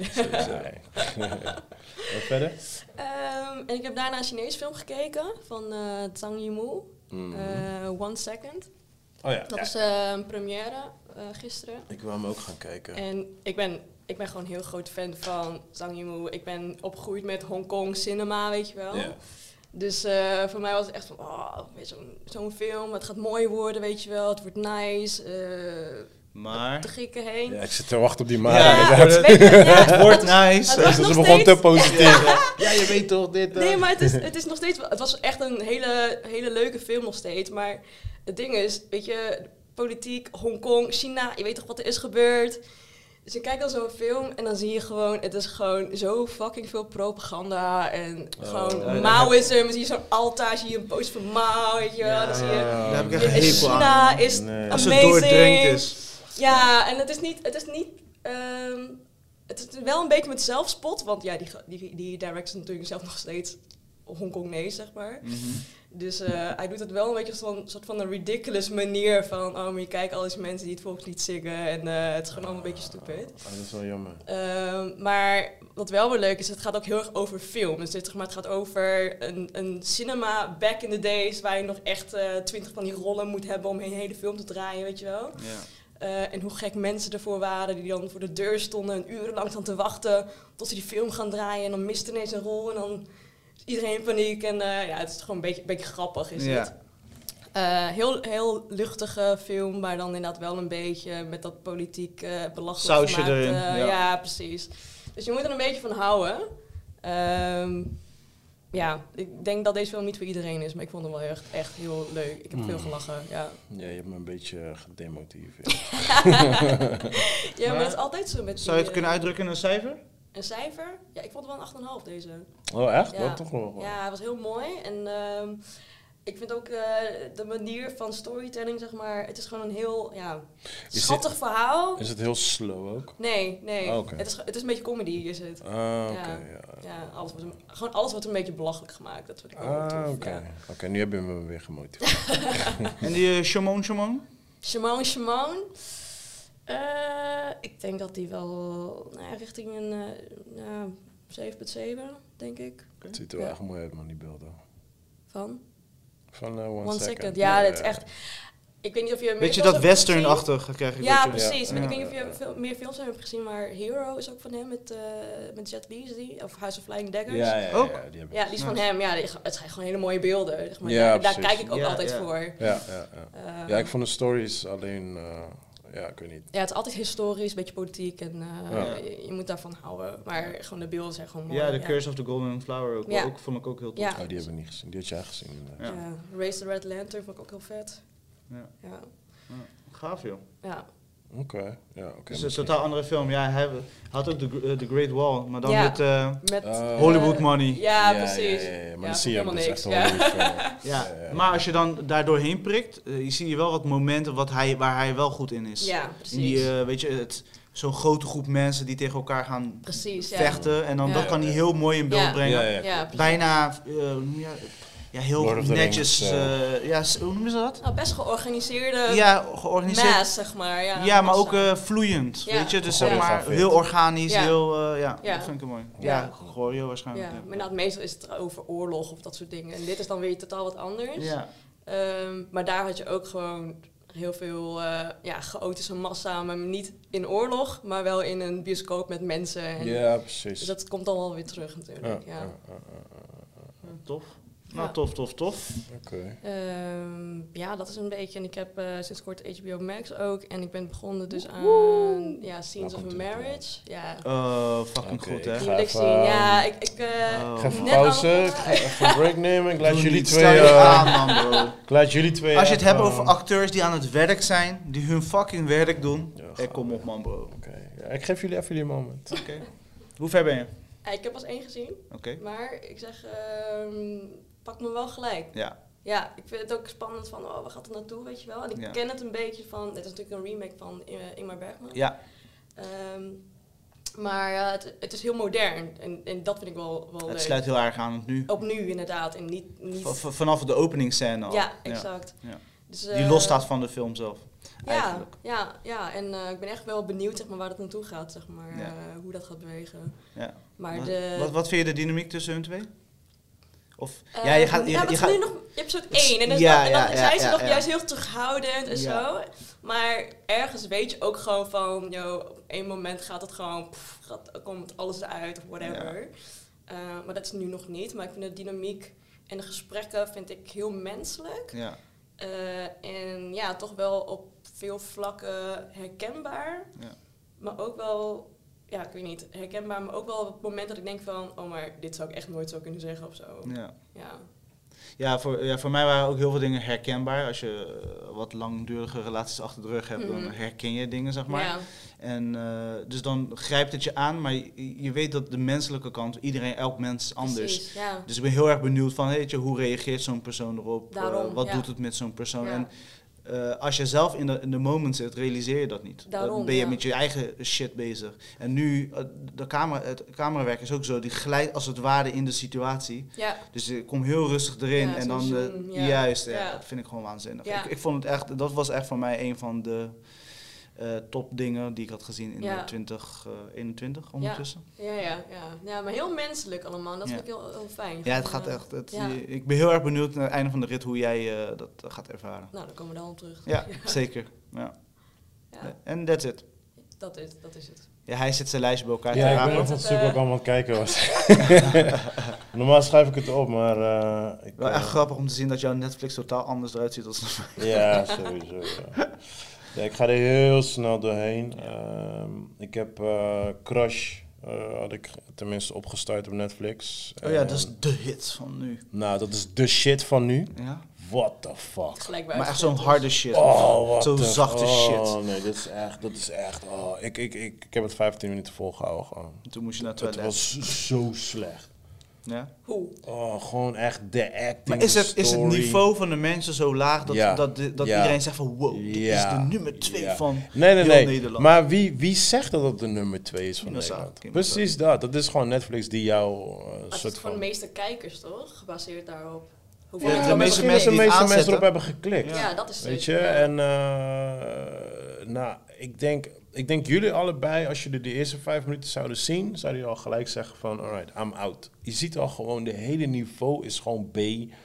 Wat verder? En ik heb daarna een Chinese film gekeken van Zhang Yimou. One Second. Oh ja. Dat is een première gisteren. Ik wil hem ook gaan kijken. En ik ben gewoon een heel groot fan van Zhang Yimou. Ik ben opgegroeid met Hongkong cinema, weet je wel. Yeah. Dus voor mij was het echt van, zo'n film, het gaat mooi worden, weet je wel. Het wordt nice. Maar... De Grieken heen. Ja, ik zit te wachten op die maar. Het wordt nice. Ze begon te positief. Ja, je weet toch dit. Nee, maar het is nog steeds... Het was echt een hele leuke film nog steeds. Maar het ding is, weet je, politiek, Hongkong, China, je weet toch wat er is gebeurd. Dus je kijkt dan zo'n film en dan zie je gewoon, het is gewoon zo fucking veel propaganda en gewoon Maoïsme. Zie je zo'n altaar, zie je een post van Mao, weet je wel. Dan zie je, daar heb ik echt een hekel aan. China is amazing. Als het doordrenkt is. Ja, en het is wel een beetje met zelfspot, want ja, die director is natuurlijk zelf nog steeds Hongkongnees, zeg maar. Dus hij doet het wel een beetje op een soort van een ridiculous manier van... maar je kijkt al die mensen die het volkslied zingen en het is gewoon allemaal een beetje stupid. Dat is wel jammer. Maar wat wel weer leuk is, het gaat ook heel erg over film. Dus het gaat over een cinema back in the days... waar je nog echt 20 van die rollen moet hebben om een hele film te draaien, weet je wel. Ja. En hoe gek mensen ervoor waren die dan voor de deur stonden... en urenlang staan te wachten tot ze die film gaan draaien... en dan mist ineens een rol en dan... Iedereen in paniek en het is gewoon een beetje grappig is het. Heel luchtige film, maar dan inderdaad wel een beetje met dat politiek belachelijk sausje gemaakt. erin. Ja, precies. Dus je moet er een beetje van houden. Ik denk dat deze film niet voor iedereen is, maar ik vond hem wel echt heel leuk. Ik heb veel gelachen, ja. Ja, je hebt me een beetje gedemotiveerd. Ja, maar dat is altijd zo met Zou je het kunnen uitdrukken in een cijfer? Een cijfer? Ja, ik vond het wel een 8,5 deze. Oh, echt? Ja. Dat toch wel? Ja, het was heel mooi. En ik vind ook de manier van storytelling, zeg maar... Het is gewoon een heel schattig verhaal. Is het heel slow ook? Nee. Oh, okay. Het is een beetje comedy, is het. Alles wordt een beetje belachelijk gemaakt. Dat vind ik wel tof. Oké, nu heb je me weer gemotiveerd. En die Shimon? Shimon. Ik denk dat die wel richting een 7,7, denk ik. Het ziet er wel echt mooi uit, man, die beelden. Van One Second. Ja, dat is echt... Ik weet niet of je... Weet je dat western-achtig krijg ik? Ja, precies. Ja. Maar ik weet niet of je meer films hebt gezien, maar Hero is ook van hem met Jet Li, is die? Of House of Flying Daggers. Ja, die is van hem. Ja, het zijn gewoon hele mooie beelden. Zeg maar. Ja, daar kijk ik ook altijd voor. Ja, ik vond de stories alleen... ik weet niet. Ja, het is altijd historisch, een beetje politiek en je moet daarvan houden. Maar gewoon de beelden zijn gewoon mooi. Ja, The Curse of the Golden Flower ook, vond ik ook heel tof. Ja. Oh, die hebben we niet gezien. Die had jij gezien. Ja. Race the Red Lantern vond ik ook heel vet. Ja. Gaaf, joh. Ja. Oké. Het is een totaal andere film. Ja, hij had ook The Great Wall, maar dan met Hollywood money. Ja, precies. Ja, maar dan zie je hem dus echt Maar als je dan daar doorheen prikt, zie je wel wat momenten waar hij wel goed in is. Ja, precies. In die, weet je, zo'n grote groep mensen die tegen elkaar gaan vechten. En dan dat kan hij heel mooi in beeld brengen. Ja, bijna... heel netjes. Hoe noemen ze dat? Nou, best georganiseerde mass, zeg maar. Ja, maar ook vloeiend. Weet je, dus zeg maar heel organisch, dat vind ik mooi. Choreo waarschijnlijk. Ja, maar meestal is het over oorlog of dat soort dingen. En dit is dan weer totaal wat anders. Ja. Maar daar had je ook gewoon heel veel chaotische massa, maar niet in oorlog, maar wel in een bioscoop met mensen. En precies. Dus dat komt dan wel weer terug natuurlijk. Tof. Nou, tof. Oké. Dat is een beetje. En ik heb sinds kort HBO Max ook. En ik ben begonnen dus aan Scenes of a Marriage. Ja. Fucking goed, hè? Die wil ik zien. Ja, ik ga even pauze. Ik ga even een break nemen. Ik laat jullie twee... Stel je aan, man, bro. Ik laat jullie twee... Als je het hebt over acteurs die aan het werk zijn, die hun fucking werk doen. Kom op, man, bro. Oké. Ja, ik geef jullie even jullie moment. Oké. Hoe ver ben je? Ik heb pas 1 gezien. Oké. Maar ik zeg... pak me wel gelijk. Ja, ik vind het ook spannend van, waar gaat het naartoe, weet je wel. En ik ken het een beetje van, dit is natuurlijk een remake van Ingmar Bergman. Ja. Maar het is heel modern en dat vind ik wel leuk. Het sluit heel erg aan op nu. Op nu inderdaad. En niet... Vanaf de openingsscène al. Ja, exact. Ja. Dus, die losstaat van de film zelf. Ja. En ik ben echt wel benieuwd, zeg maar, waar dat naartoe gaat, zeg maar. Hoe dat gaat bewegen. Ja. Maar wat vind je de dynamiek tussen hun twee? Of, je hebt nu nog episode 1 en dan zijn ze nog juist heel terughoudend en zo. Maar ergens weet je ook gewoon van, op één moment gaat het gewoon, komt alles eruit of whatever. Maar dat is nu nog niet. Maar ik vind de dynamiek en de gesprekken vind ik heel menselijk. Ja. En toch wel op veel vlakken herkenbaar. Ja. Maar ook wel... Ja, ik weet niet, herkenbaar, maar ook wel op het moment dat ik denk van... oh, maar dit zou ik echt nooit zo kunnen zeggen of zo. Ja, voor mij waren ook heel veel dingen herkenbaar. Als je wat langdurige relaties achter de rug hebt, dan herken je dingen, zeg maar. Ja. En dus dan grijpt het je aan, maar je weet dat de menselijke kant, elk mens is anders. Precies, ja. Dus ik ben heel erg benieuwd van, hoe reageert zo'n persoon erop? Daarom, wat doet het met zo'n persoon? Ja. En als je zelf in de moment zit, realiseer je dat niet. Daarom, Dan ben je met je eigen shit bezig. En nu, het camerawerk is ook zo, die glijdt als het ware in de situatie. Ja. Dus ik kom heel rustig erin Ja, en dan juist, dat vind ik gewoon waanzinnig. Ja. Ik vond het echt, dat was echt voor mij een van de top dingen die ik had gezien in 2021 ondertussen. Ja, maar heel menselijk allemaal. Dat vind ik heel fijn. Ja, het gaat echt. Ik ben heel erg benieuwd naar het einde van de rit hoe jij dat gaat ervaren. Nou, dan komen we dan op terug. Ja, zeker. Ja. En that's it. Dat is het. Ja, hij zet zijn lijstje bij elkaar. Ja, ik ben even aan het zoeken wat ik allemaal aan het kijken was. Normaal schrijf ik het op, maar... wel echt grappig om te zien dat jouw Netflix totaal anders eruit ziet dan... Ja, sowieso. Ja, ik ga er heel snel doorheen. Ik heb Crush, had ik tenminste opgestart op Netflix. Oh ja, dat is de hit van nu. Nou, dat is de shit van nu. Ja? What the fuck. Maar echt zo'n harde shit. Zo'n zachte shit. Oh nee, dat is echt... Oh, ik heb het 15 minuten volgehouden gewoon. Toen moest je naar het toilet. Het was zo slecht. Ja? Hoe? Oh, gewoon echt de acting. Maar is het niveau van de mensen zo laag dat iedereen zegt van wow, dit is de nummer 2 van heel Nederland? Maar wie zegt dat het de nummer 2 is van Nederland? Precies dat. Dat is gewoon Netflix die jou het is van de meeste kijkers toch? Gebaseerd daarop. De meeste mensen erop hebben geklikt. Ja, dat is weet je? En ik denk jullie allebei, als jullie de eerste 5 minuten zouden zien, zouden jullie al gelijk zeggen van, alright, I'm out. Je ziet al gewoon, de hele niveau is gewoon B.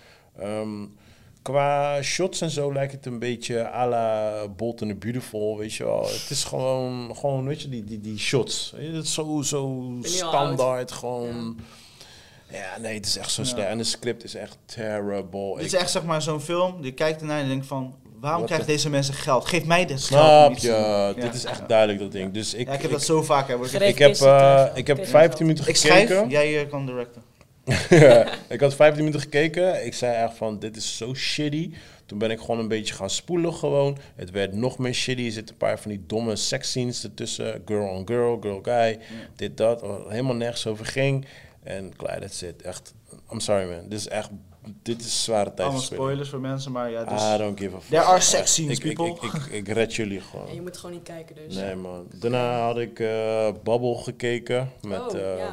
Qua shots en zo lijkt het een beetje à la Bold and the Beautiful, weet je wel. Het is gewoon weet je, die shots. Het is zo standaard, gewoon... Ja, nee, het is echt zo slecht. En de script is echt terrible. Dit is echt zeg maar zo'n film, die kijkt ernaar en denkt van... Waarom krijgen deze mensen geld? Geef mij dit geld. Snap je? Dit is echt duidelijk dat ding. Dus ik heb dat zo vaak. Ik heb 15 minuten gekeken. Ik schrijf, jij kan directen. Ik had 15 minuten gekeken. Ik zei echt van, dit is zo shitty. Toen ben ik gewoon een beetje gaan spoelen gewoon. Het werd nog meer shitty. Er zitten een paar van die domme seksscenes ertussen. Girl on girl, girl guy. Dit, dat. Helemaal nergens over ging. En klaar, that's it. Echt, I'm sorry man. Dit is zware tijd. Allemaal spoilers voor mensen, maar ja. Dus I don't give a fuck. There are sex scenes, people. Ik red jullie gewoon. En je moet gewoon niet kijken dus. Nee man. Daarna had ik Bubble gekeken. Met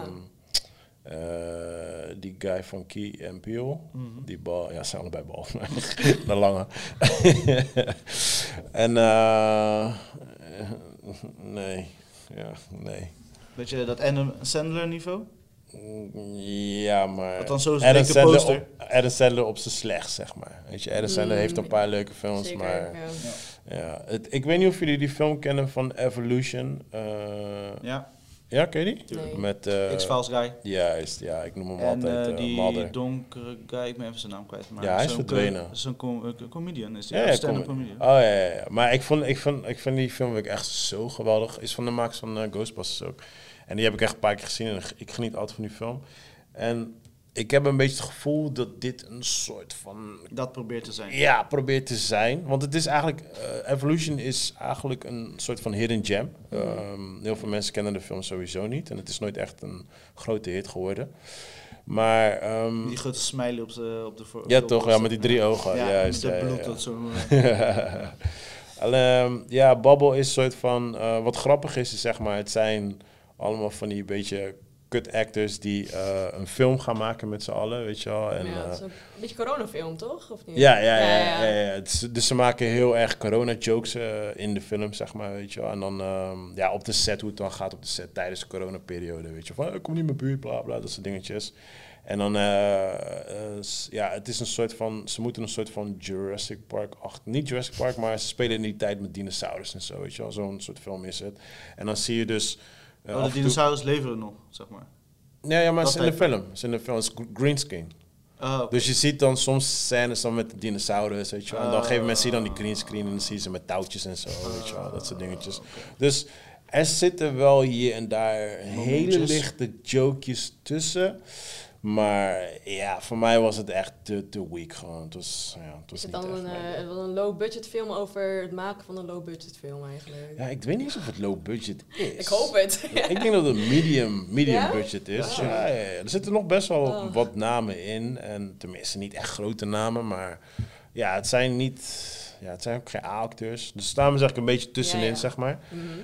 die guy van Key en Peele. Die bal, ja, zijn allebei bal. De lange. En nee. Ja, nee. Weet je dat Adam Sandler niveau? Ja, maar wat dan zo is de poster. Adam Sandler op zijn slecht, zeg maar. Weet je, Adam Sandler heeft een paar leuke films, zeker, maar... Ja. Ik weet niet of jullie die film kennen van Evolution. Ja, ken je die? Nee. Met X-Files guy. Juist, ja, ik noem hem altijd die Mulder. donkere guy, ik ben even zijn naam kwijt. Maar ja, hij is verdwenen. Zo'n comedian is die, ja, stand-up comedian. Oh ja. Maar ik vind die film echt zo geweldig. Is van de makers van Ghostbusters ook. En die heb ik echt een paar keer gezien en ik geniet altijd van die film. En ik heb een beetje het gevoel dat dit een soort van... Dat probeert te zijn. Ja, probeert te zijn. Want het is eigenlijk... Evolution is eigenlijk een soort van hidden gem. Heel veel mensen kennen de film sowieso niet. En het is nooit echt een grote hit geworden. Maar... die grote smiley op de voor. Ja, toch? Ja, met die 3 ogen. Ja, juist, met dat bloed dat zo... ja, Bubble is een soort van... wat grappig is, zeg maar... Het zijn allemaal van die beetje... kut actors die een film gaan maken met z'n allen, weet je wel. En, ja, het is een beetje coronafilm, toch? Of niet? Ja. Dus ze maken heel erg corona-jokes in de film, zeg maar, weet je wel. En dan op de set, hoe het dan gaat op de set tijdens de coronaperiode, weet je van, ik kom niet in mijn buurt, bla bla, dat soort dingetjes. En dan, het is een soort van, ze moeten een soort van Jurassic Park, niet Jurassic Park, maar ze spelen in die tijd met dinosaurus en zo, weet je wel. Zo'n soort film is het. En dan zie je dus... de dinosaurus leven nog, zeg maar. Ja, maar het is in de film. Het is greenscreen. Okay. Dus je ziet dan soms scènes dan met de dinosaurus, weet je wel. En dan geven mensen dan die greenscreen en dan zie je ze met touwtjes en zo, weet je wel. Dat soort dingetjes. Okay. Dus er zitten wel hier en daar hele lichte jokejes tussen. Maar ja, voor mij was het echt te weak gewoon. Het was is het dan een low-budget film over het maken van een low-budget film eigenlijk? Ja, ik weet niet eens of het low-budget is. Ik hoop het. Ik denk dat het medium budget is. Oh. Ja. Er zitten nog best wel wat namen in. En tenminste niet echt grote namen, maar ja, het zijn niet... het zijn ook geen A-acteurs. Dus staan we zeg ik een beetje tussenin, zeg maar.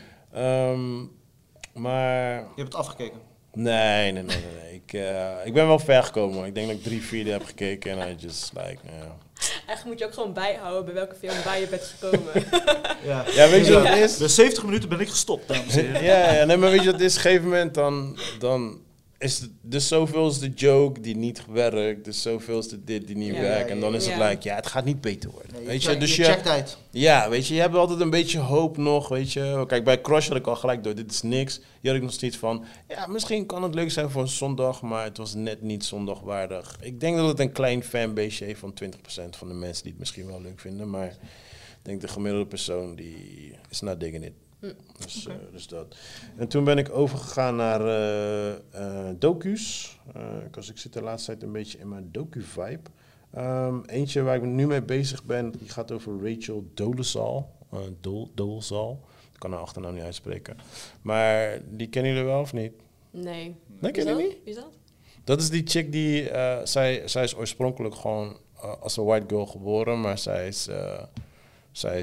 Maar... Je hebt het afgekeken? Nee. Ik ben wel ver gekomen. Ik denk dat ik 3/4 heb gekeken en I just like, Eigenlijk moet je ook gewoon bijhouden bij welke film waar je bent gekomen. Ja, weet je wat het is? De 70 minuten ben ik gestopt, dames en heren. Nee, maar weet je wat het is? Op een gegeven moment dan is het de zoveelste joke die niet werkt, de zoveelste dit die niet werkt. En dan is het like, het gaat niet beter worden. Nee, weet je, dus je checkt uit. Ja, weet je hebt altijd een beetje hoop nog, weet je. Kijk, bij Crush had ik al gelijk door, dit is niks. Hier had ik nog steeds van, misschien kan het leuk zijn voor een zondag, maar het was net niet zondagwaardig. Ik denk dat het een klein fanbase heeft van 20% van de mensen die het misschien wel leuk vinden, maar ik denk de gemiddelde persoon die is not digging it. Dus dat. En toen ben ik overgegaan naar docu's. Ik zit de laatste tijd een beetje in mijn docu-vibe. Eentje waar ik nu mee bezig ben, die gaat over Rachel Dolezal. Dolezal. Ik kan haar achternaam niet uitspreken. Maar die kennen jullie wel of niet? Nee. Nee, ken je niet? Wie is dat? Dat is die chick die... zij is oorspronkelijk gewoon als een white girl geboren, maar zij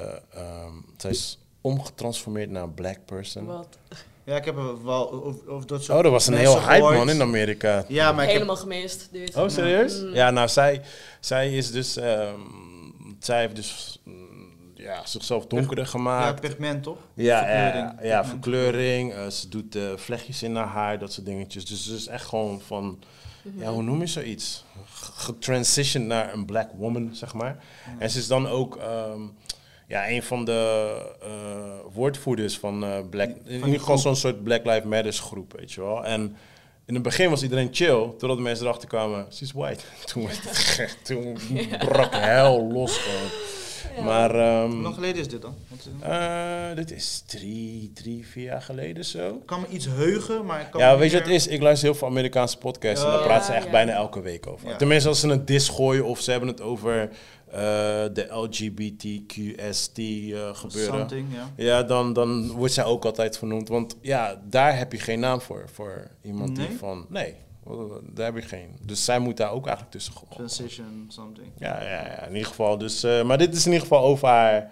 is omgetransformeerd naar een black person. Wat? Ja, ik heb er wel over dat soort dat was een heel hype man in Amerika. Ja, maar helemaal gemist. Dude. Oh, serieus? Ja, nou, zij is dus... zij heeft dus zichzelf donkerder gemaakt. Ja, pigment toch? Ja, verkleuring. Ze doet vlechtjes in haar haar, dat soort dingetjes. Dus ze is echt gewoon van... Ja, hoe noem je zoiets? Getransitioned naar een black woman, zeg maar. En ze is dan ook... een van de woordvoerders van Black... In ieder geval zo'n soort Black Lives Matter groep, weet je wel. En in het begin was iedereen chill, totdat de mensen erachter kwamen, ze is white. Toen brak hel los gewoon. Ja. Maar, hoe lang geleden is dit dan? Dit is 3-4 jaar geleden zo. Ik kan me iets heugen, maar ik kan weet je wat het is? Ik luister heel veel Amerikaanse podcasts en daar praten ze echt bijna elke week over. Ja. Tenminste, als ze een diss gooien of ze hebben het over de LGBTQST gebeuren. Dan wordt zij ook altijd vernoemd. Want daar heb je geen naam voor iemand die van... Nee. Daar heb je geen. Dus zij moet daar ook eigenlijk tussen komen. Transition, something. Ja, in ieder geval. Dus, maar dit is in ieder geval over haar...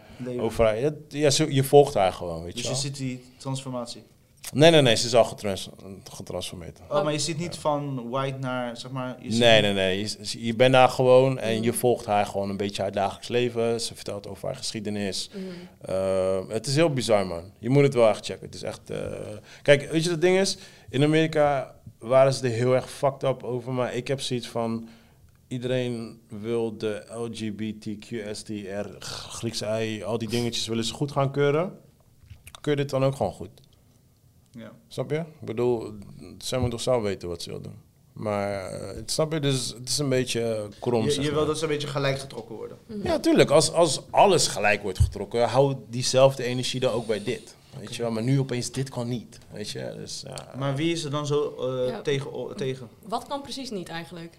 je volgt haar gewoon, weet je wel. Dus je ziet die transformatie? Nee, ze is al getransformeerd. Oh, maar je ziet niet van white naar, zeg maar... Nee. Je bent daar gewoon en je volgt haar gewoon een beetje haar dagelijks leven. Ze vertelt over haar geschiedenis. Het is heel bizar, man. Je moet het wel echt checken. Het is echt... Kijk, weet je wat het ding is? In Amerika waren ze er heel erg fucked up over, maar ik heb zoiets van... Iedereen wil de LGBTQSTR, Griekse ei, al die dingetjes willen ze goed gaan keuren. Keur je dit dan ook gewoon goed? Ja. Snap je? Ik bedoel, zij moet toch zelf weten wat ze wil doen. Maar, snap je? Dus het is een beetje krom. Je wil dat ze een beetje gelijk getrokken worden. Ja, tuurlijk. Als alles gelijk wordt getrokken, hou diezelfde energie dan ook bij dit. Weet je wel, maar nu opeens dit kan niet, weet je. Dus, maar wie is er dan zo tegen? Wat kan precies niet eigenlijk?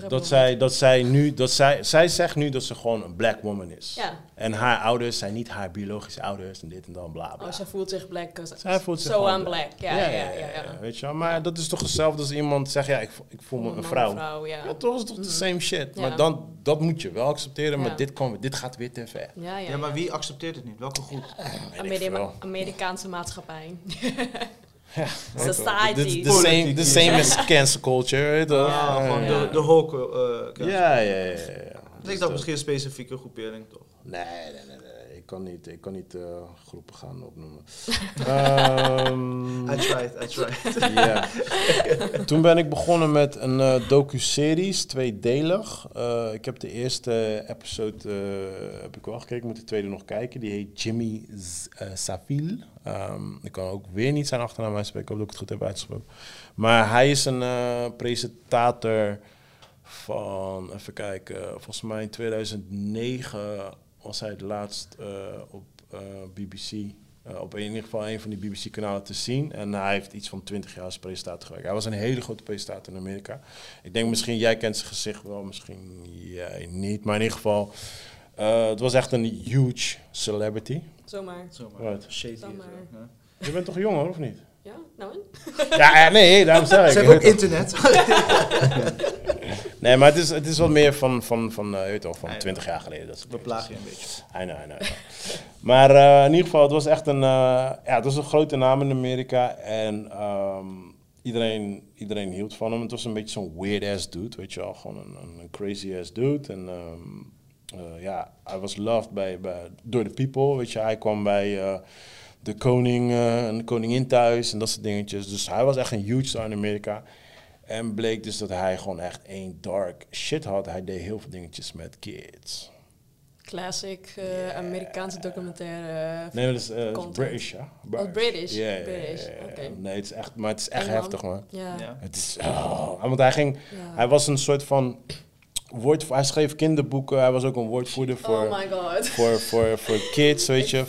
Zij zegt nu dat ze gewoon een black woman is. Ja. En haar ouders zijn niet haar biologische ouders en dit en dan bla bla. Oh, zij voelt zich black. Zij voelt zich so I'm black. Ja. Weet je wel, maar dat is toch hetzelfde als iemand zegt, ik voel me een vrouw. Ja, toch is toch de same shit. Maar dat moet je wel accepteren, maar dit gaat weer te ver. Ja, maar wie accepteert het niet? Welke groep? Amerikaanse maatschappij. Society. The same as cancel culture. Gewoon de whole ja. Ik dacht misschien een specifieke groepering, toch? Nee. Ik kan niet groepen gaan opnoemen. I tried. Yeah. Toen ben ik begonnen met een docu-series, tweedelig. Ik heb de eerste episode heb ik wel gekeken, ik moet de tweede nog kijken. Die heet Jimmy Savile. Ik kan ook weer niet zijn achternaam uitspreken, ik hoop dat ik het goed heb uitgesproken. Maar hij is een presentator van, even kijken, volgens mij in 2009... was hij het laatst op BBC, op in ieder geval een van die BBC-kanalen te zien. En hij heeft iets van 20 jaar als presentator gewerkt. Hij was een hele grote presentator in Amerika. Ik denk misschien, jij kent zijn gezicht wel, misschien jij niet. Maar in ieder geval, het was echt een huge celebrity. Zomaar. Wat? Zomaar. Je bent toch jong hoor, of niet? Ja, nou en? Ja, nee, daarom zeg ik. Ze hebben ook internet. Nee, maar het is wat meer van je weet toch, van 20 jaar geleden. We plagen je een beetje. I know. Maar in ieder geval, het was echt het was een grote naam in Amerika. En iedereen hield van hem. Het was een beetje zo'n weird-ass dude, weet je wel. Gewoon een crazy-ass dude. En hij was loved door de people, weet je. Hij kwam bij de koning en de koningin thuis en dat soort dingetjes. Dus hij was echt een huge star in Amerika. En bleek dus dat hij gewoon echt één dark shit had. Hij deed heel veel dingetjes met kids. Classic Amerikaanse documentaire. Nee, dat is British, ja. British? Ja. Okay. Nee, het is echt heftig, man. Ja. Het is, want hij was een soort van hij schreef kinderboeken. Hij was ook een woordvoerder voor kids, weet je.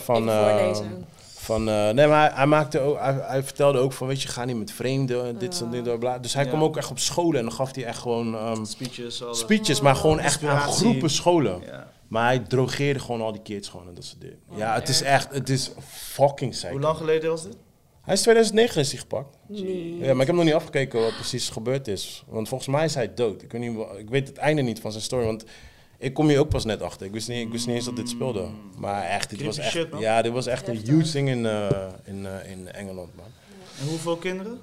Hij vertelde ook van, weet je, ga niet met vreemden, dit soort dingen, bla. Dus hij kwam ook echt op scholen en dan gaf hij echt gewoon speeches, maar gewoon echt aan groepen scholen. Ja. Maar hij drogeerde gewoon al die kids gewoon en dat soort dingen. Ja, het is fucking psycho. Hoe lang geleden was dit? Hij is 2009 is hij gepakt. Nee. Ja, maar ik heb nog niet afgekeken wat precies gebeurd is. Want volgens mij is hij dood. Ik weet het einde niet van zijn story, want ik kom hier ook pas net achter. Ik wist niet eens dat dit speelde. Maar echt, dit was echt een huge ding in Engeland, man. En hoeveel kinderen?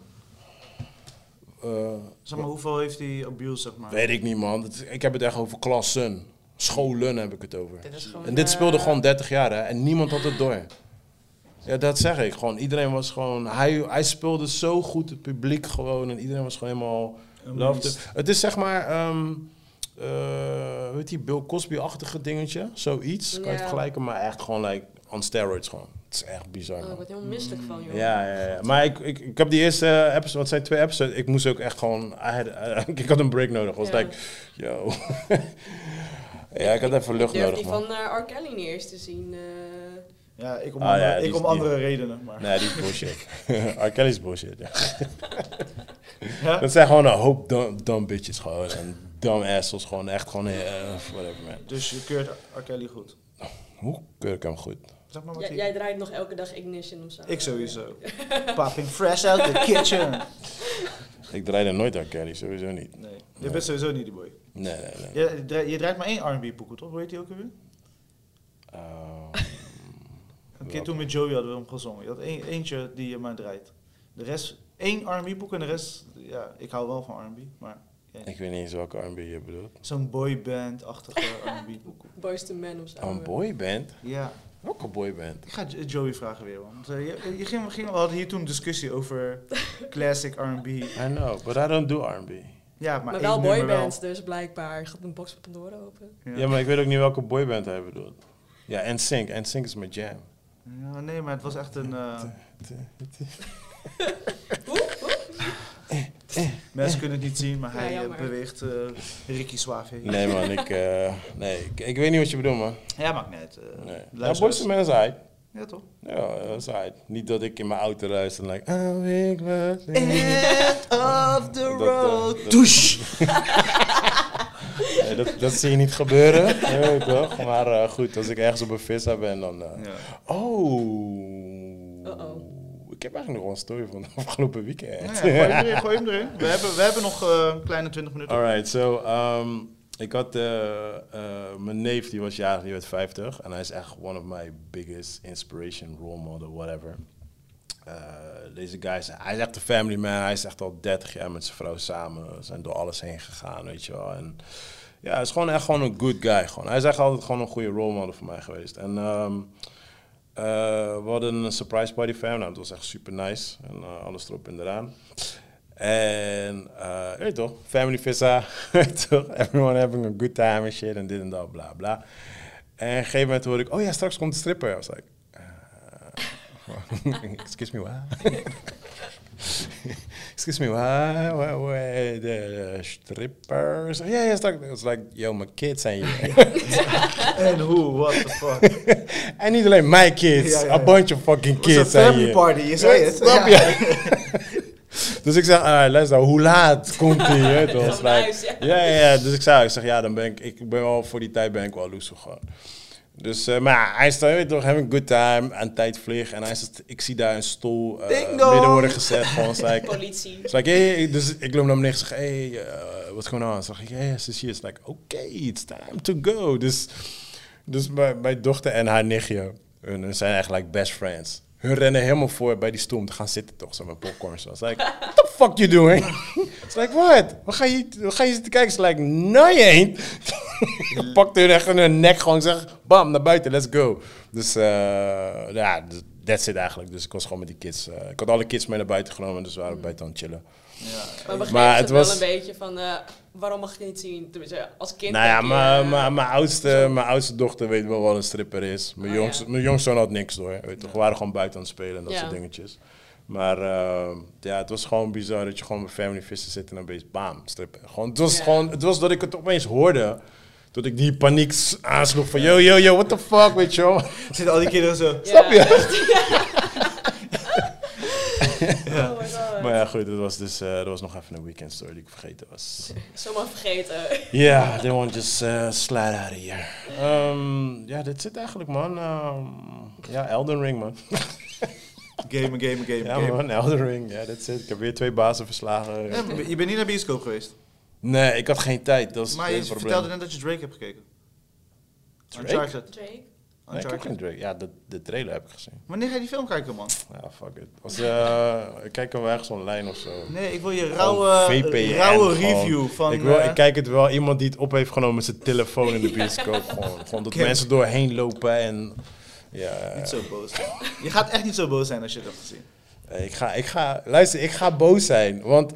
Zeg maar, hoeveel heeft hij abuse, zeg maar? Weet ik niet, man. Ik heb het echt over klassen. Scholen heb ik het over. Dit speelde gewoon 30 jaar, hè. En niemand had het door. Ja, dat zeg ik. Gewoon, iedereen was gewoon... Hij speelde zo goed het publiek gewoon. En iedereen was gewoon helemaal... Het is zeg maar... weet je, Bill Cosby-achtige dingetje. Zoiets. Kan je het vergelijken. Maar echt gewoon like, on steroids gewoon. Het is echt bizar. Ik word helemaal misselijk van, joh. Ja. Maar ik heb die eerste episode... Want het zijn 2 episodes. Ik moest ook echt gewoon... ik had een break nodig. Was like... Yo... Ja, ik had even lucht nodig. Die van R. Kelly niet eerst te zien. Ja, ik om andere redenen. Maar. Nee, die is bullshit. R. Kelly is bullshit, ja. Ja? Dat zijn gewoon een hoop dumb bitches gewoon. En dumb assholes gewoon. Echt gewoon, whatever, man. Dus je keurt R. Kelly goed? Hoe keur ik hem goed? Zeg maar jij draait nog elke dag Ignition of zo? Ik sowieso. Popping fresh out the kitchen. Ik draaide nooit R. Kelly, sowieso niet. Nee. Je bent sowieso niet die boy. Nee. Je draait maar 1 R&B-pokoe, toch? Hoe heet die ook alweer? Een keer toen met Joey hadden we hem gezongen. Je had eentje die je maar draait. De rest, 1 R&B-pokoe en de rest... Ja, ik hou wel van R&B, maar... Ja. Ik weet niet eens welke R&B je bedoelt. Zo'n boyband-achtige R&B-pokoe. Boyz II Men of zo. Een boyband? Ja. Welke boyband? Ik ga Joey vragen weer, want we hadden hier toen een discussie over classic R&B. I know, but I don't do R&B. Ja, maar wel boybands dus blijkbaar. Gaat een box van Pandora open. Ja, maar ik weet ook niet welke boyband hij bedoelt. Ja, NSYNC is mijn jam. Ja, nee, maar het was echt een... Mensen kunnen het niet zien, maar hij beweegt Ricky Suave. Nee man, ik weet niet wat je bedoelt, man. Ja, maakt niet. Ja, Boyz II Men is uit. Ja, toch? Ja, dat is uit. Niet dat ik in mijn auto luister en like... Oh, ik was end of the road. Douche! Nee, dat zie je niet gebeuren, toch? Maar goed, als ik ergens op een vissa ben, dan... Ik heb eigenlijk nog wel een story van het afgelopen weekend. Ja, gooi hem erin. We hebben nog een kleine 20 minuten. Alright, so... ik had mijn neef, die was jarig, die werd 50. En hij is echt one of my biggest inspiration, role model, whatever. Deze guy, hij is echt een family man. Hij is echt al 30 jaar met zijn vrouw samen. Ze zijn door alles heen gegaan, weet je wel. En ja, hij is gewoon echt gewoon een good guy. Gewoon. Hij is echt altijd gewoon een goede role model voor mij geweest. En we hadden een surprise party voor hem. Nou, dat was echt super nice. En alles erop en eraan. En, weet je toch, family visa, toch, everyone having a good time and shit, en dit en dat, bla bla. En op een gegeven moment hoorde ik, oh ja, straks komt de stripper. I was like, excuse me, what? Excuse me, what? De stripper? Ja, straks. It was like, yo, my kids zijn hier. En hoe, what the fuck? En niet alleen my kids, a bunch of fucking kids zijn hier. Het was een family party, je zei het. Snap je? Dus ik zeg, luister, hoe laat komt hij? Dus ik zeg, ja, dan ben ik wel voor die tijd ben ik wel loesel gewoon. Dus, maar hij staat, weet toch, having a good time, aan tijd vliegen. En ik zie daar een stoel midden worden gezet. Gewoon, like, politie. It's like, hey, dus ik loop naar beneden en zeg, hey, what's going on? Zeg ik, hey, she's here. It's like, okay, it's time to go. Dus mijn dochter en haar nichtje, hun zijn eigenlijk like best friends. Hun rennen helemaal voor bij die stoel om te gaan zitten, toch, zo met popcorn. So I was like, what the fuck you doing? It's like, what? Wat ga je zitten kijken? It's like, no you ain't. Ik pakte hun echt in hun nek gewoon en zeg, bam, naar buiten, let's go. Dus ja, that's it eigenlijk. Dus ik was gewoon met die kids. Ik had alle kids mee naar buiten genomen, dus we waren buiten aan het chillen. Ja. Maar het was wel een beetje van, waarom mag je niet zien? Tenminste, als kind. Nou ja, mijn oudste dochter weet wel wat een stripper is. Mijn jongste zoon had niks door. Weet toch, we waren gewoon buiten aan het spelen en dat soort dingetjes. Maar ja, het was gewoon bizar dat je gewoon bij Family Vissen zit en dan opeens bam, strippen. Gewoon, het was dat ik het opeens hoorde. Dat ik die paniek aansloeg van yo, what the fuck, weet je wel. Zitten al die kinderen zo. Snap je? Ja. Oh my God. Maar ja, goed, dat was nog even een weekend story die ik vergeten was. Zomaar vergeten. Yeah, they won't just slide out of here. Ja, dit zit eigenlijk, man. Ja, Elden Ring, man. Game. Ja, man, Elden Ring. Ja, that's it. Ik heb weer 2 bazen verslagen. Ja, je bent niet naar bioscoop geweest? Nee, ik had geen tijd. Dat is maar je vertelde net dat je Drake hebt gekeken. Drake? Nee, ik heb geen Drake. Ja, de trailer heb ik gezien. Wanneer ga je die film kijken, man? Ja, fuck it. Ik kijk hem ergens online of zo. Nee, ik wil je rauwe review van... Ik kijk het wel. Iemand die het op heeft genomen met zijn telefoon in de bioscoop. Gewoon dat mensen doorheen lopen en... Ja. Niet zo boos zijn. Je gaat echt niet zo boos zijn als je het hebt gezien. Luister, ik ga boos zijn. Want,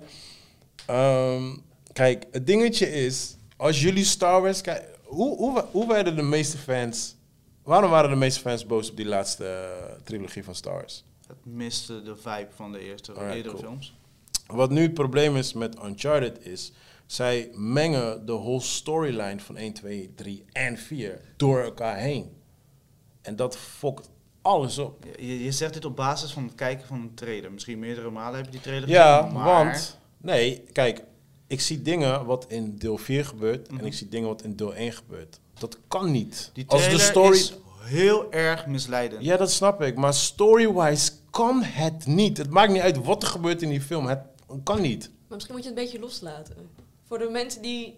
kijk, het dingetje is... Als jullie Star Wars kijken... Hoe werden de meeste fans... Waarom waren de meeste fans boos op die laatste trilogie van Star Wars? Het miste de vibe van de eerdere films. Wat nu het probleem is met Uncharted is... Zij mengen de whole storyline van 1, 2, 3 en 4 door elkaar heen. En dat fokt alles op. Je zegt dit op basis van het kijken van een trailer. Misschien meerdere malen heb je die trailer gezien. Ja, want... Nee, kijk. Ik zie dingen wat in deel 4 gebeurt... en ik zie dingen wat in deel 1 gebeurt. Dat kan niet. Die trailer is heel erg misleidend. Ja, dat snap ik. Maar story-wise kan het niet. Het maakt niet uit wat er gebeurt in die film. Het kan niet. Maar misschien moet je het een beetje loslaten. Voor de mensen die...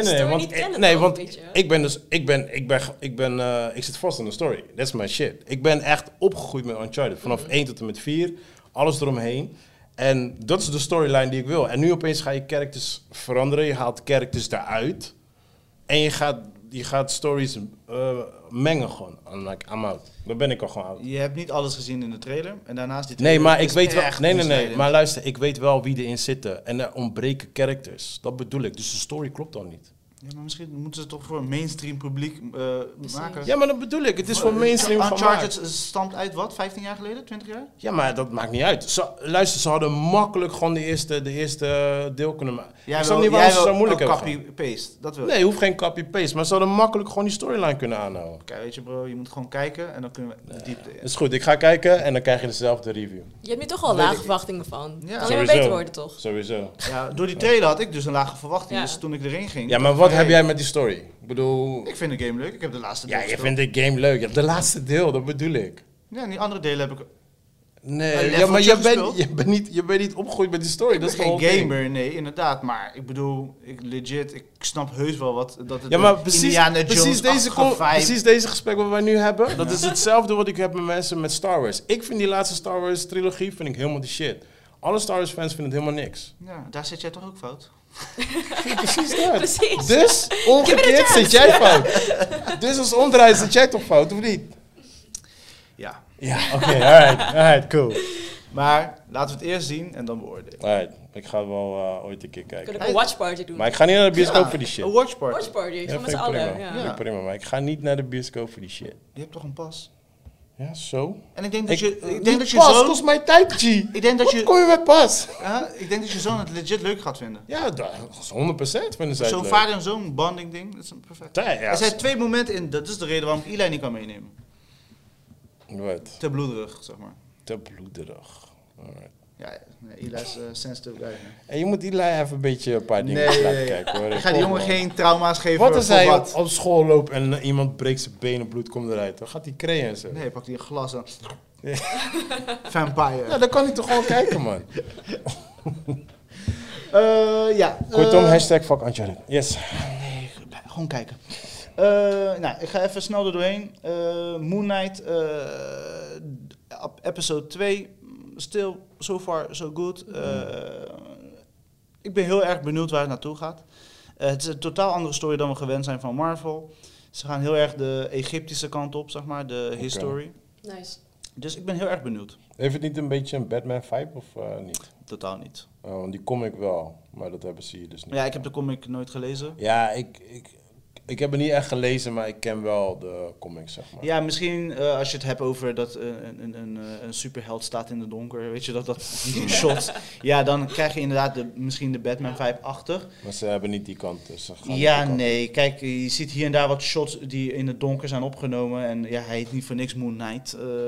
Ik zit vast in de story. That's my shit. Ik ben echt opgegroeid met Uncharted. Vanaf 1 tot en met 4. Alles eromheen. En dat is de storyline die ik wil. En nu opeens ga je characters veranderen. Je haalt characters eruit. En je gaat stories mengen gewoon. I'm out. Dan ben ik al gewoon out. Je hebt niet alles gezien in de trailer. En daarnaast die trailer. Nee, maar ik weet wel... Nee. Maar luister, ik weet wel wie erin zitten. En er ontbreken characters. Dat bedoel ik. Dus de story klopt dan niet. Ja, maar misschien moeten ze het toch voor een mainstream publiek maken. Ja, maar dat bedoel ik. Het is voor mainstream van Uncharted stamt uit wat? 15 jaar geleden? 20 jaar? Ja, maar dat maakt niet uit. Luister, ze hadden makkelijk gewoon de eerste deel kunnen maken. Ik snap niet waarom ze zo moeilijk hebben. Copy-paste, dat wil ik. Nee, je hoeft geen copy-paste. Maar ze hadden makkelijk gewoon die storyline kunnen aanhouden. Kijk, weet je bro, je moet gewoon kijken en dan kunnen we diepte in. Is goed, ik ga kijken en dan krijg je dezelfde review. Je hebt nu toch al lage verwachtingen van. Ja. Kan alleen maar beter worden, toch? Sowieso. Ja, door die trailer had ik dus een lage verwachting. Dus toen ik erin ging... Ja, maar wat heb jij met die story? Ik bedoel... Ik vind de game leuk. Ik heb de laatste deel Ja, je vindt de game leuk. Je hebt de laatste deel, dat bedoel ik. Ja, die andere delen heb ik... Nee, ja, maar je bent niet opgegroeid met die story. Dat is geen gamer, nee, inderdaad. Maar ik bedoel, ik snap heus wel wat... Dat het ja, maar precies deze gesprek wat wij nu hebben, dat is hetzelfde wat ik heb met mensen met Star Wars. Ik vind die laatste Star Wars trilogie vind ik helemaal de shit. Alle Star Wars fans vinden het helemaal niks. Ja, daar zit jij toch ook fout? Precies dat. Precies. Dus, omgekeerd zit jij fout. Dus als omdraait zit jij toch fout, of niet? Ja. Ja, oké, alright, cool. Maar laten we het eerst zien en dan beoordelen. Alright, ik ga wel ooit een keer kijken. Kunnen we een watchparty doen? Maar ik ga niet naar de bioscoop voor die shit. Een watchparty. Watchparty, met z'n allen. Ja, prima, maar ik ga niet naar de bioscoop voor die shit. Je hebt toch een pas? Ja, zo. En ik denk dat je pas zoon... kost mij tijd, G. Ik denk dat Wat kom je met pas? Ja, ik denk dat je zoon het legit leuk gaat vinden. Ja, dat is 100% vinden zij het leuk. Zo'n vader en zoon bonding ding, dat is perfect. Ja, er zijn 2 momenten in, dat is de reden waarom ik Eli niet kan meenemen. Wat? Te bloederig, zeg maar. Te bloederig. Alright. Ja, Eli is sensitive guy. En je moet Eli even een beetje een paar dingen laten kijken hoor. Ik ga die jongen geen trauma's geven. Wat als hij op school loopt en iemand breekt zijn benen, bloed komt eruit. Dan gaat hij creën en zo. Nee, pakt hij een glas en... Vampire. Ja, dan kan hij toch gewoon kijken, man. Kortom, hashtag fuck Uncharted. Yes. Nee, gewoon kijken. Ik ga even snel er doorheen. Moon Knight, episode 2. Still, so far, so good. Ik ben heel erg benieuwd waar het naartoe gaat. Het is een totaal andere story dan we gewend zijn van Marvel. Ze gaan heel erg de Egyptische kant op, zeg maar, de history. Nice. Dus ik ben heel erg benieuwd. Heeft het niet een beetje een Batman-vibe of niet? Totaal niet. Want die comic wel, maar dat hebben ze hier dus niet. Ja, ik heb de comic nooit gelezen. Ja, ik heb het niet echt gelezen, maar ik ken wel de comics, zeg maar. Ja, misschien als je het hebt over dat een superheld staat in de donker, weet je, dat shot. Ja, dan krijg je inderdaad misschien de Batman vibe achter. Maar ze hebben niet die kant, dus ze gaan ja, nee. Kijk, je ziet hier en daar wat shots die in het donker zijn opgenomen. En ja, hij heet niet voor niks Moon Knight.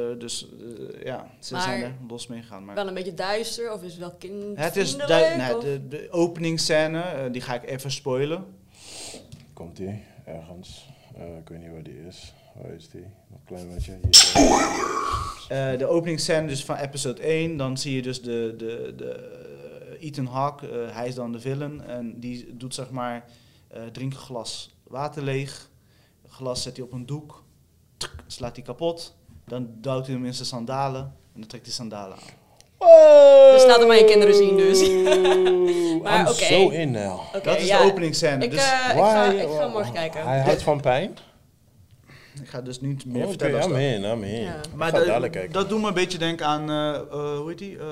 Ze zijn er los mee gegaan. Maar wel een beetje duister, of is het wel kindvriendelijk? Het is de openingsscène, die ga ik even spoilen. Komt die ergens? Ik weet niet waar die is. Waar is die? Nog een klein beetje. Hier. De openingsscène dus van episode 1. Dan zie je dus de Ethan Hawke. Hij is dan de villain. En die doet zeg maar, drinkt een glas water leeg. Het glas zet hij op een doek. Slaat hij kapot. Dan duwt hij hem in zijn sandalen. En dan trekt hij sandalen aan. Oh! Dus laat hem maar je kinderen zien dus. Maar oké. Zo in now. Dat is de openingsscène. Ik ga morgen kijken. Hij houdt van pijn? Ik ga dus niet meer vertellen. I'm in. Ja. Maar dat doet me een beetje denken aan, hoe heet die?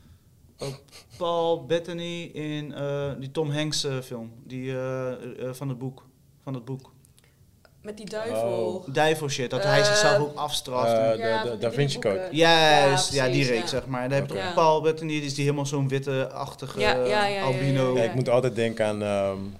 Paul Bettany in die Tom Hanks film. Die van het boek. Met die duivel. Duivel shit, dat hij zichzelf ook afstraft. De Da Vinci Code. Juist, ja, die reeks zeg maar. Daar heb je toch Paul Bettany, die is die helemaal zo'n witte-achtige albino. Ja, ik moet altijd denken aan,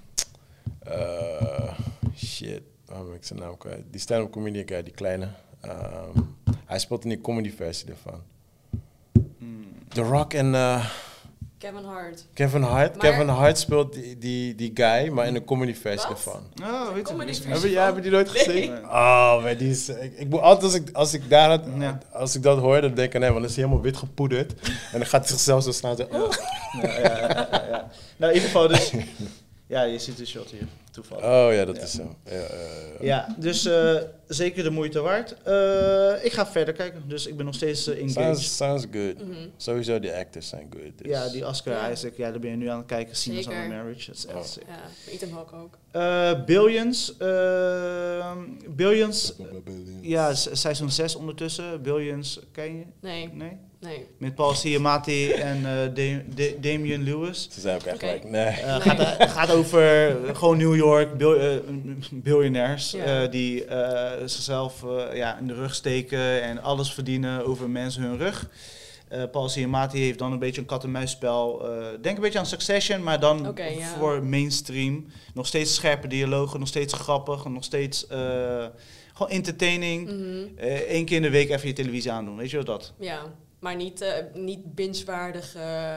shit, waarom ben ik zijn naam kwijt? Die stand-up comedian guy, die kleine. Hij speelt in die comedy versie ervan. The Rock en... Kevin Hart. Kevin Hart speelt die guy, maar in een comedy versie ervan. Oh, weet je. Hebben die nooit gezien? Nee. Oh, maar die is... Ik moet altijd, als ik dat hoor, dan denk ik, nee, want dan is hij helemaal wit gepoederd. En dan gaat hij zichzelf zo staan en zo... Ja. Nou, in ieder geval dus... Ja, je ziet de shot hier, toevallig. Oh ja, dat is zo. Ja, dus zeker de moeite waard. Ik ga verder kijken, dus ik ben nog steeds engaged. Sounds good. Sowieso die actors zijn good. Dus. Ja, die Oscar Isaac, daar ben je nu aan het kijken. Sinners on a Marriage, dat is echt sick. Ja, Ethan Hawke ook. Billions. Ja, seizoen 6 ondertussen. Billions, ken je? Nee. Met Paul Giamatti en Damian Lewis. Ze zijn ook echt gelijk. Nee. Gaat over gewoon New York biljonairs die zichzelf in de rug steken en alles verdienen over mensen hun rug. Paul Giamatti heeft dan een beetje een kat-en-muisspel. Denk een beetje aan Succession, maar dan voor mainstream. Nog steeds scherpe dialogen, nog steeds grappig, nog steeds gewoon entertaining. 1 keer in de week even je televisie aandoen, weet je wat dat? Ja, maar niet binge-waardig.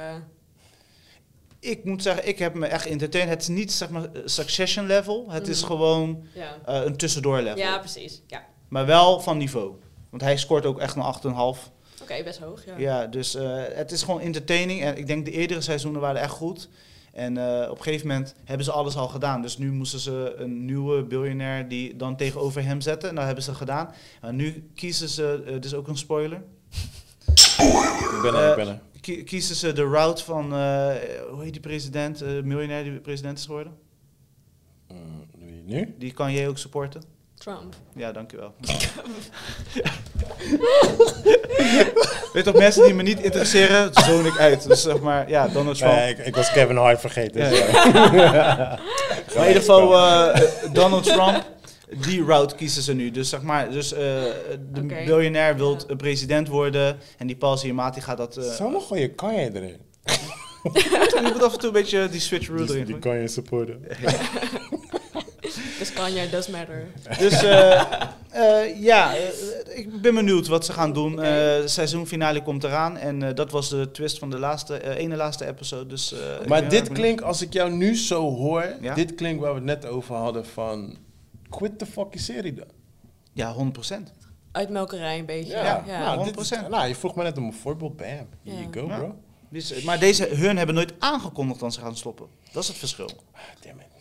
Ik moet zeggen, ik heb me echt entertained. Het is niet zeg maar Succession level, het is gewoon een tussendoor level. Ja, precies. Ja. Maar wel van niveau. Want hij scoort ook echt een 8,5. Oké, best hoog, ja. Ja, dus het is gewoon entertaining. En ik denk de eerdere seizoenen waren echt goed. En op een gegeven moment hebben ze alles al gedaan. Dus nu moesten ze een nieuwe biljonair die dan tegenover hem zetten. En dat hebben ze gedaan. Nu kiezen ze, dus ook een spoiler. Ik ben er. Kiezen ze de route van, hoe heet die president, miljonair die president is geworden? Wie nu? Die kan jij ook supporten? Trump. Ja, dankjewel. Weet toch, mensen die me niet interesseren, zoon ik uit. Dus zeg maar, ja, Donald Trump. Nee, ik was Kevin Hart vergeten. Ja. Maar in ieder geval, Donald Trump, die route kiezen ze nu. Dus zeg maar, de biljonair wil president worden en die Paul Giamatti gaat dat... Zo'n goeie kan je erin. Je moet af en toe een beetje die switch erin. Die kan je supporten. Dus Kanye does matter. Dus ik ben benieuwd wat ze gaan doen. Seizoenfinale komt eraan. En dat was de twist van de ene laatste episode. Dus, maar dit klinkt, als ik jou nu zo hoor... Ja? Dit klinkt waar we het net over hadden van... Quit the fucking serie dan. Ja, 100%. Uitmelkerij een beetje. Ja, Ja. Nou, 100%. je vroeg me net om een voorbeeld. Bam. Here you go, Ja. bro. Dus, maar hun hebben nooit aangekondigd dat ze gaan stoppen. Dat is het verschil. Damn it.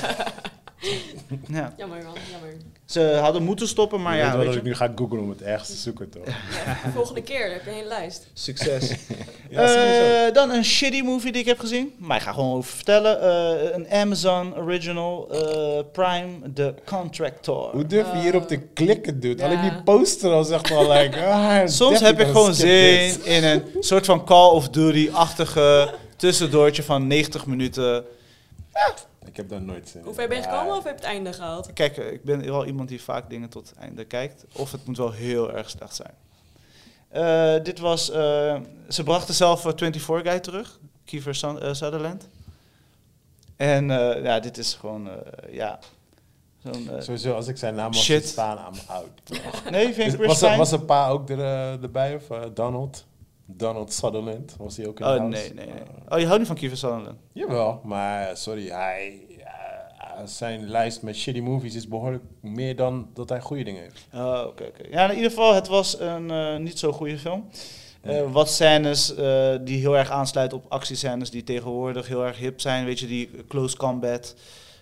Ja. Jammer man, jammer. Ze hadden moeten stoppen, maar je weet ja, wel weet dat je. ik nu ga googlen om het ergste te zoeken, toch? Ja, volgende keer heb je een lijst. Succes. Ja, sowieso. Dan een shitty movie die ik heb gezien. Maar ik ga gewoon over vertellen. Een Amazon original Prime, The Contractor. Hoe durf je hierop te klikken, dude? Ja. Alleen die poster al zegt al like... Soms heb ik gewoon zin in een soort van Call of Duty-achtige tussendoortje van 90 minuten. Ik heb daar nooit zin in. Hoe ver ben je gekomen of heb je het einde gehaald? Kijk, ik ben wel iemand die vaak dingen tot het einde kijkt. Of het moet wel heel erg slecht zijn. Dit was... ze brachten zelf 24 Guy terug. Kiefer Sutherland. En dit is gewoon... zo'n... Sowieso, als ik zijn naam was Shit. staan, I'm out. nee, vind ik Chris Pine? Was een pa ook erbij? Of Donald? Donald Sutherland? Was hij ook in de Oh, house? nee. Oh, je houdt niet van Kiefer Sutherland? Jawel, maar sorry, zijn lijst met shitty movies is behoorlijk meer dan dat hij goede dingen heeft. Oh, oké. Ja, in ieder geval, het was een niet zo goede film. Wat scènes die heel erg aansluiten op actiescènes die tegenwoordig heel erg hip zijn. Weet je, die close combat,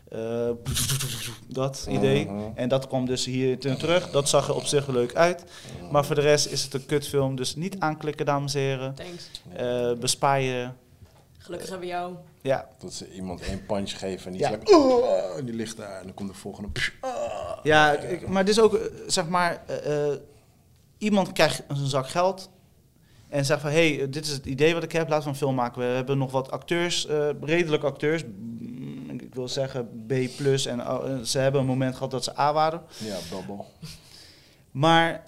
dat idee. En dat kwam dus hier terug. Dat zag er op zich leuk uit. Maar voor de rest is het een kutfilm, dus niet aanklikken, dames en heren. Thanks. Bespaar je. Gelukkig hebben we jou. Ja. Dat ze iemand één punch geven en die Ja. is like, en die ligt daar en dan komt de volgende. Ja, maar het is ook, zeg maar, iemand krijgt een zak geld en zegt van, hey, dit is het idee wat ik heb, laten we een film maken. We hebben nog wat acteurs, redelijk acteurs, ik wil zeggen B+, en ze hebben een moment gehad dat ze A waren. Ja, babbel. Maar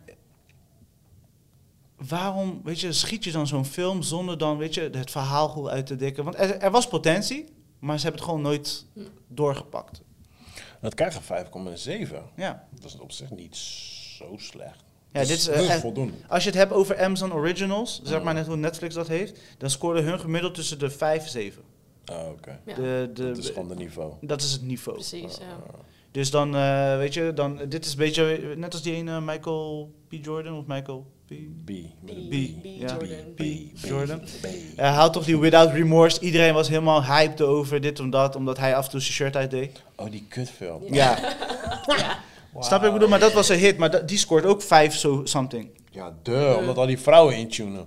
waarom, weet je, schiet je dan zo'n film zonder dan, weet je, het verhaal goed uit te dikken? Want er was potentie, maar ze hebben het gewoon nooit doorgepakt. Dat krijgen 5,7. Ja. Dat is op zich niet zo slecht. Ja, dit is, dat is voldoende. Als je het hebt over Amazon Originals, zeg maar net hoe Netflix dat heeft, dan scoorde hun gemiddeld tussen de 5 en 7. Oh, oké. Ja. Dat is gewoon de niveau. Dat is het niveau. Precies, ja. Dus dan, weet je, dit is een beetje net als die ene Michael B. Jordan of Michael B. B. Met een B. B. Ja. Jordan. B. Jordan. B. Hij houdt toch die Without Remorse. Iedereen was helemaal hyped over dit en dat, omdat hij af en toe zijn shirt uitdeed. Oh, die kutfilm. Ja. Wow. Snap je? Ik bedoel, maar dat was een hit, maar die scoort ook 5 something. Ja, omdat al die vrouwen intunen.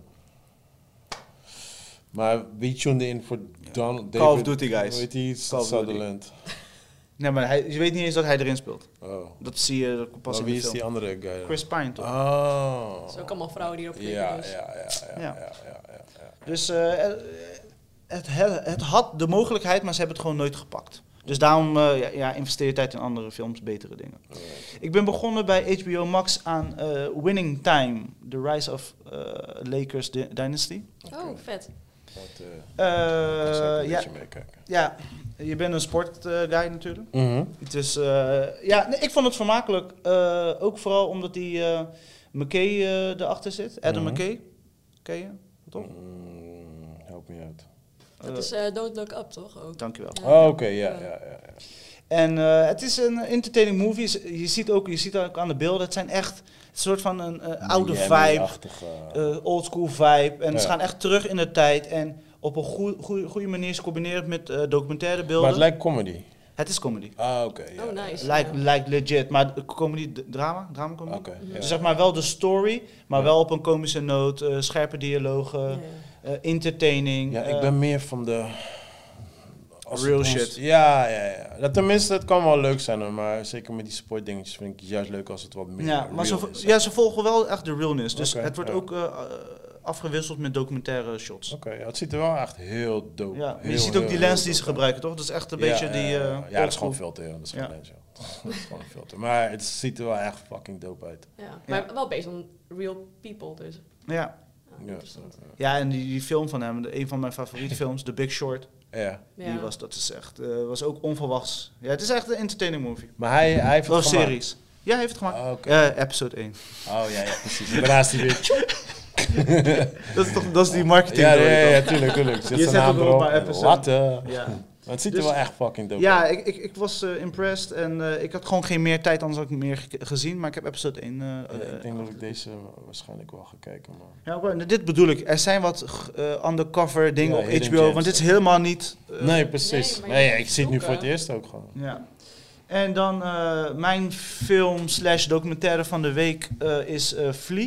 Maar wie tunede in voor David? Call of Duty guys. Weet je, Call of Duty. Sutherland. Nee, maar je weet niet eens dat hij erin speelt. Oh. Dat zie je pas in Wie de is film. die andere guy dan? Chris Pine, toch? Oh. Het zijn ook allemaal vrouwen die erop klikken. Ja. Dus. Ja. Dus het had de mogelijkheid, maar ze hebben het gewoon nooit gepakt. Dus daarom investeer je tijd in andere films, betere dingen. Ik ben begonnen bij HBO Max aan Winning Time, The Rise of Lakers Dynasty. Oh, vet. Ja, je bent een sportguy natuurlijk. Mhm. Het is, ik vond het vermakelijk. Ook vooral omdat die McKay erachter zit. Adam McKay. Ken je? Toch? Help me uit. Dat is Don't Look Up, toch? Ook. Dankjewel. Oh, oké, ja. En het is een entertaining movie. Je ziet ook aan de beelden, het zijn echt een soort van een oude vibe, old school vibe. En ze gaan echt terug in de tijd en op een goede manier combineren met documentaire beelden. Maar het lijkt comedy. Het is comedy. Ah, oké. Oh, nice. Lijkt legit, maar comedy, drama comedy. Oké. Dus zeg maar wel de story, maar wel op een komische noot, scherpe dialogen, entertaining. Ja, ik ben meer van de... Real shit. Ja. Dat tenminste, het kan wel leuk zijn, hoor, maar zeker met die sportdingetjes vind ik het juist leuk als het wat meer Ja, maar real is. ze volgen wel echt de realness. Dus Oké, het wordt ook afgewisseld met documentaire shots. Oké, het ziet er wel echt heel dope. Ja, maar heel, je ziet ook die heel lens die ze dope gebruiken, toch? Dat is echt een beetje die... ja, dat is oldschool. gewoon filter, dat is geen Ja. lens, joh. Dat is gewoon een filter. Maar het ziet er wel echt fucking dope uit. Ja. Maar wel based on real people, dus. Ja. Ja. Ja, en die film van hem, een van mijn favoriete films, The Big Short. Ja. Die dat is echt, was ook onverwachts. Ja, het is echt een entertaining movie. Maar hij heeft het gemaakt? Series. Ja, hij heeft het gemaakt. Episode 1. Oh ja, precies. Daarnaast die weer... dat is die marketing. Ja, tuurlijk. Je zet er nog een paar episodes. Ja. Maar het ziet er wel echt fucking dope uit. Ja, ik was impressed en ik had gewoon geen meer tijd, anders had ik meer gezien. Maar ik heb episode 1... ik denk dat ik deze waarschijnlijk wel ga kijken. Maar... Ja, maar dit bedoel ik. Er zijn wat undercover dingen op HBO, want dit is helemaal niet... nee, precies. Nee, ik zie het nu voor het eerst ook gewoon. Ja. En dan mijn film / documentaire van de week is Flea.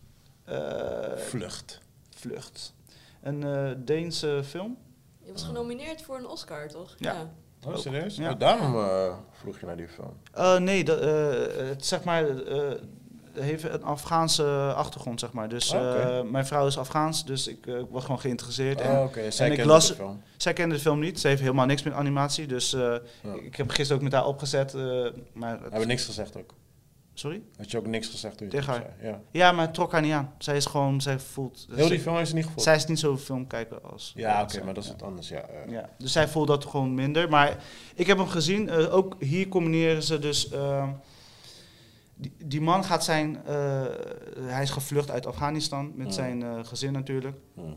Vlucht. Een Deense film. Je was genomineerd voor een Oscar, toch? Ja. Oh, serieus? Ja. Daarom vroeg je naar die film? Nee, het zeg maar... heeft een Afghaanse achtergrond, zeg maar. Dus mijn vrouw is Afghaans, dus ik was gewoon geïnteresseerd. Oké. Zij kende de film? Zij kende de film niet. Ze heeft helemaal niks met animatie. Dus ik heb gisteren ook met haar opgezet. Maar hebben we niks gezegd ook? Sorry? Had je ook niks gezegd toen je tegen haar? Zei? Ja, maar het trok haar niet aan. Zij is gewoon, zij voelt... Heel die film heeft ze niet gevoeld? Zij is niet zo'n filmkijker als... Ja, oké, maar dat is wat anders, ja. Dus zij voelt dat gewoon minder. Maar ik heb hem gezien. Ook hier combineren ze dus... Die man gaat zijn... hij is gevlucht uit Afghanistan met zijn gezin natuurlijk.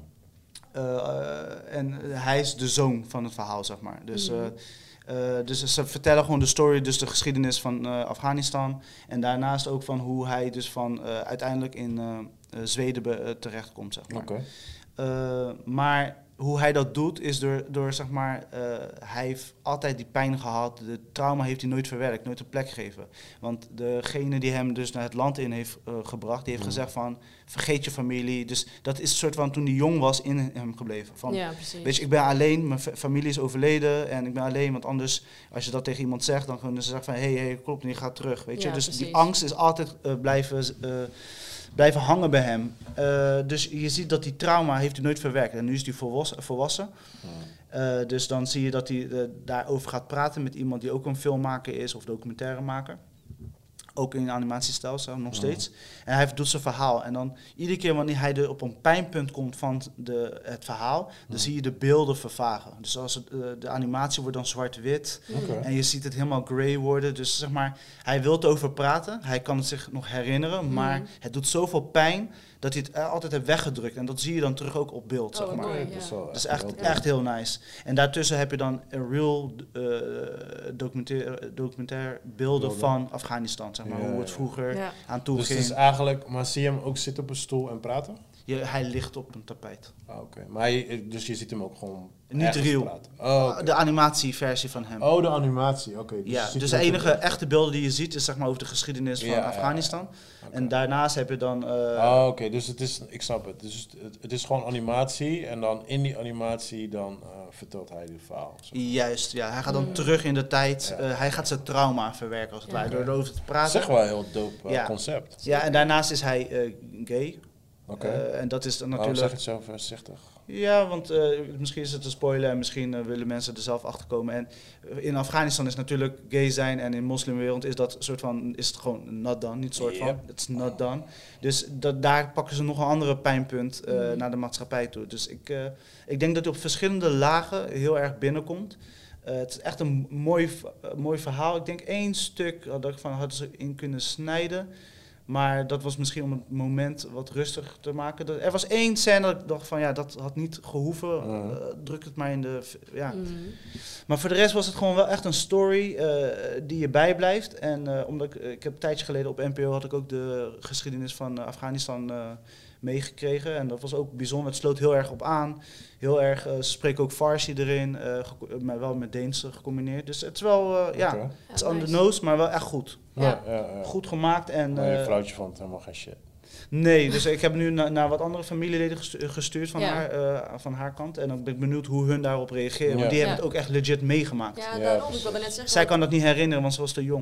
En hij is de zoon van het verhaal, zeg maar. Dus ze vertellen gewoon de story, dus de geschiedenis van Afghanistan. En daarnaast ook van hoe hij dus van uiteindelijk in Zweden terechtkomt, zeg maar. Maar hoe hij dat doet is door zeg maar, hij heeft altijd die pijn gehad. De trauma heeft hij nooit verwerkt, nooit een plek gegeven. Want degene die hem dus naar het land in heeft gebracht, die heeft gezegd van, vergeet je familie. Dus dat is een soort van, toen hij jong was, in hem gebleven. Van, ja, precies. Weet je, ik ben alleen, mijn familie is overleden en ik ben alleen. Want anders, als je dat tegen iemand zegt, dan kunnen ze zeggen van, hey, klopt, en je gaat terug. Weet je? Dus precies. Die angst is altijd blijven hangen bij hem. Dus je ziet dat die trauma heeft hij nooit verwerkt. En nu is hij volwassen. Dus dan zie je dat hij daarover gaat praten met iemand die ook een filmmaker is of documentairemaker. Ook in animatiestijl, nog steeds. En hij doet zijn verhaal. En dan iedere keer wanneer hij er op een pijnpunt komt van het verhaal, dan zie je de beelden vervagen. Dus als de animatie wordt dan zwart-wit. En je ziet het helemaal grey worden. Dus zeg maar, hij wil erover praten. Hij kan het zich nog herinneren. Maar het doet zoveel pijn dat hij het altijd heeft weggedrukt. En dat zie je dan terug ook op beeld, zeg maar. Mooi, Dat is echt heel nice. En daartussen heb je dan een real documentaire beelden van Afghanistan, zeg maar, hoe het vroeger aan toe ging. Dus eigenlijk, maar zie je hem ook zitten op een stoel en praten? Hij ligt op een tapijt. Oké. Maar dus je ziet hem ook gewoon niet real. De animatieversie van hem. Oh, de animatie, oké. Dus de enige echte beelden die je ziet is zeg maar over de geschiedenis van Afghanistan. En daarnaast heb je dan... oké, dus het is, ik snap het. Dus het is gewoon animatie en dan in die animatie dan vertelt hij het verhaal. Zo. Juist, ja. Hij gaat dan terug in de tijd. Hij gaat zijn trauma verwerken als het ware, door erover te praten. Dat is echt wel een heel dope concept. Ja, en daarnaast is hij gay. En dat is dan natuurlijk... zeg het zo voorzichtig? Ja, want misschien is het een spoiler en misschien willen mensen er zelf achter komen. En in Afghanistan is natuurlijk gay zijn en in de moslimwereld is dat soort van, is het gewoon not done, niet soort van, it's not done. Dus daar pakken ze nog een andere pijnpunt naar de maatschappij toe. Dus ik denk dat hij op verschillende lagen heel erg binnenkomt. Het is echt een mooi verhaal. Ik denk 1 stuk hadden ze in kunnen snijden. Maar dat was misschien om het moment wat rustig te maken. Er was 1 scène dat ik dacht van ja, dat had niet gehoeven. Druk het maar in de... Ja. Maar voor de rest was het gewoon wel echt een story die je bijblijft. En omdat ik heb een tijdje geleden op NPO had ik ook de geschiedenis van Afghanistan meegekregen. En dat was ook bijzonder. Het sloot heel erg op aan. Heel erg, ze spreken ook Farsi erin, maar wel met Deens gecombineerd. Dus het is wel, het is on the nose, maar wel echt goed. Ja. Goed gemaakt. En je vrouwtje vond het helemaal geen shit. Nee, dus ik heb nu naar wat andere familieleden gestuurd van haar kant. En dan ben ik benieuwd hoe hun daarop reageren. Want die hebben het ook echt legit meegemaakt. Ja, daarom. Ik wilde net zeggen. Zij kan dat niet herinneren, want ze was te jong.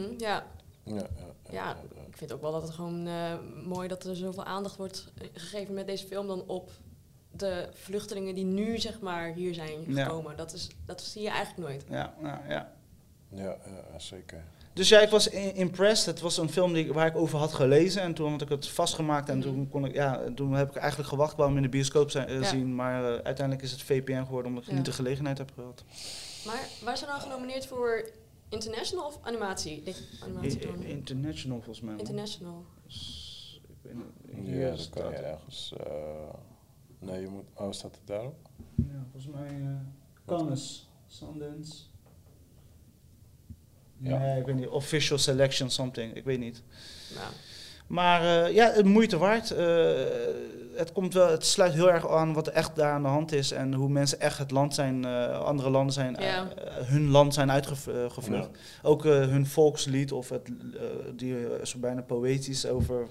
Ja, ik vind ook wel dat het gewoon mooi dat er zoveel aandacht wordt gegeven met deze film dan op de vluchtelingen die nu zeg maar hier zijn gekomen. Dat zie je eigenlijk nooit. Ja. Ja, zeker. Dus ja, ik was impressed. Het was een film waar ik over had gelezen. En toen had ik het vastgemaakt. En toen heb ik eigenlijk gewacht. Ik wou hem in de bioscoop zien. Maar uiteindelijk is het VPN geworden omdat ik niet de gelegenheid heb gehad. Maar waar zijn nou genomineerd voor international of animatie? International volgens mij. International. Ja, dat kan je ergens... nee, je moet... Oh, staat het daarop? Ja, volgens mij... Cannes, Sundance... Ja. Nee, ik weet niet. Official selection something. Ik weet niet. Nou. Maar het moeite waard. Het sluit heel erg aan wat er echt daar aan de hand is. En hoe mensen echt het land zijn, andere landen zijn, hun land zijn uitgevlucht. Ja. Ook hun volkslied of die is bijna poëtisch over...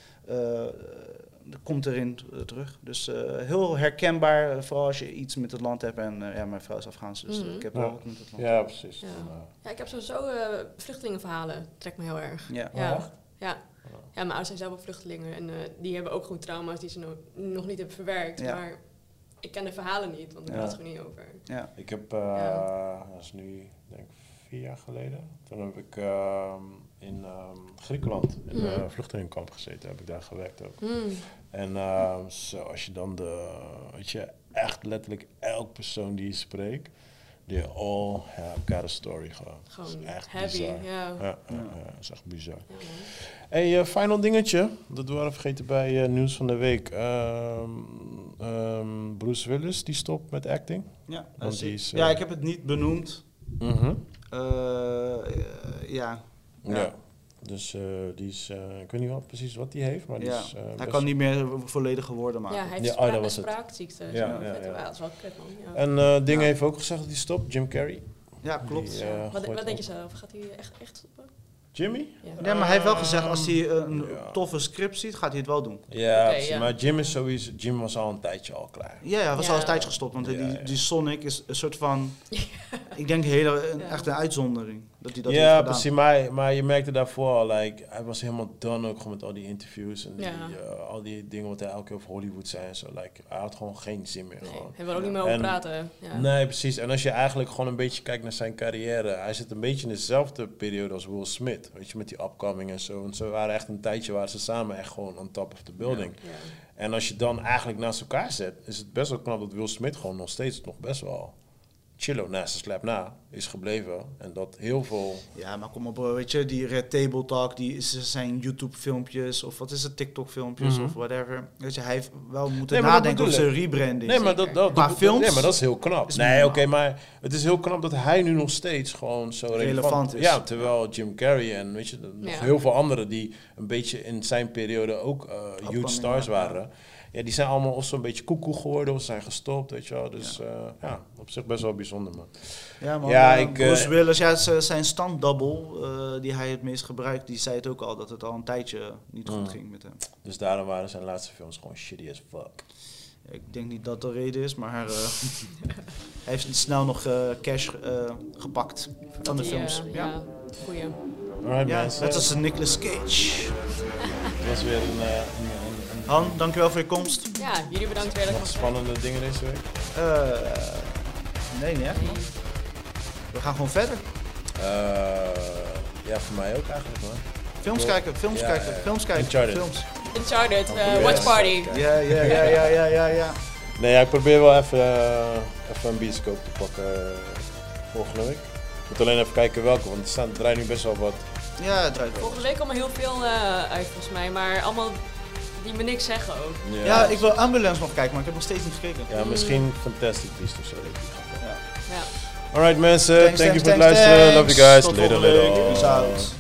komt erin terug. Dus heel herkenbaar, vooral als je iets met het land hebt. En mijn vrouw is Afghaans, dus ik heb wel wat met het land. Ja, precies. Ja, ik heb sowieso vluchtelingenverhalen. Trekt me heel erg. Ja, mijn ouders zijn zelf ook vluchtelingen. En die hebben ook gewoon trauma's die ze nog niet hebben verwerkt. Ja. Maar ik ken de verhalen niet, want ik praat er gewoon niet over. Ja. Ik heb, dat is nu denk ik 4 jaar geleden. Toen heb ik in Griekenland in een vluchtelingenkamp gezeten. Heb ik daar gewerkt ook. En als je dan weet je, echt letterlijk elk persoon die je spreekt, they all have got a story gewoon. Dat is echt heavy, bizar. Ja, dat is echt bizar. Ja, hey, final dingetje. Dat waren we vergeten bij nieuws van de week. Bruce Willis, die stopt met acting. Ja, ik heb het niet benoemd. Dus die is, ik weet niet wel precies wat hij heeft, maar die is... hij kan niet meer volledige woorden maken. Ja, hij heeft spraakziekte. Ja, dat is wel kut, man. Ja. En Ding heeft ook gezegd dat hij stopt, Jim Carrey. Ja, klopt. Wat denk je zelf? Gaat hij echt stoppen? Jimmy? Ja, maar hij heeft wel gezegd, als hij een toffe script ziet, gaat hij het wel doen. Ja, maar Jim is sowieso... Jim was al een tijdje al klaar. Ja, hij was al een tijdje gestopt, want die Sonic is een soort van... Ik denk echt een uitzondering. Dat hij dat heeft gedaan. Precies, maar je merkte daarvoor al, hij was helemaal done ook gewoon met al die interviews en al die dingen wat hij elke keer over Hollywood zei en zo. Hij had gewoon geen zin meer. Nee, hij wil ook niet meer over praten. Ja. Nee, precies. En als je eigenlijk gewoon een beetje kijkt naar zijn carrière, hij zit een beetje in dezelfde periode als Will Smith. Weet je, met die upcoming en zo. En ze waren echt een tijdje waar ze samen echt gewoon on top of the building. Ja. En als je dan eigenlijk naast elkaar zet, is het best wel knap dat Will Smith gewoon nog steeds nog best wel chillo naast de slap na is gebleven. En dat heel veel... Ja, maar kom op, weet je, die Red Table Talk, zijn YouTube-filmpjes of wat is het, TikTok-filmpjes of whatever. Weet je, hij heeft wel moeten nadenken over zijn rebranding. Nee, maar films, dat is heel knap. Maar het is heel knap dat hij nu nog steeds gewoon zo relevant is. Ja, terwijl Jim Carrey en weet je, nog heel veel anderen die een beetje in zijn periode ook huge stars waren. Ja, die zijn allemaal of zo'n beetje koekoe geworden of zijn gestopt, weet je wel. Dus op zich best wel bijzonder, man. Ja, man. Bruce Willis, zijn stand-double die hij het meest gebruikt, die zei het ook al, dat het al een tijdje niet goed ging met hem. Dus daarom waren zijn laatste films gewoon shitty as fuck. Ik denk niet dat de reden is, maar hij heeft snel nog cash gepakt van de films. Ja, goeie. Alright, net als Nicolas Cage. Het was weer een Han, dankjewel voor je komst. Ja, jullie bedankt weer. Nog spannende dingen deze week? Nee, niet echt. We gaan gewoon verder. Ja, voor mij ook eigenlijk, man. Films kijken. Uncharted, Watch Party. Ja. Nee, ik probeer wel even een bioscoop te pakken volgende week. Ik moet alleen even kijken welke, want er draaien nu best wel wat. Ja, het draait wel. Volgende week komen heel veel uit volgens mij, maar allemaal die me niks zeggen ook. Ja, ik wil Ambulance nog kijken, maar ik heb nog steeds niet gekeken. Ja, misschien Fantastic Beasts of zo. Ja. Alright mensen, thank you voor het luisteren. Love you guys. Later. Peace out.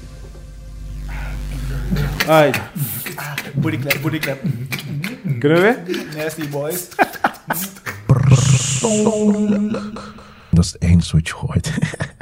Alright. Booty clap. Kunnen we? Nasty boys. Dat is het enige wat je hoort.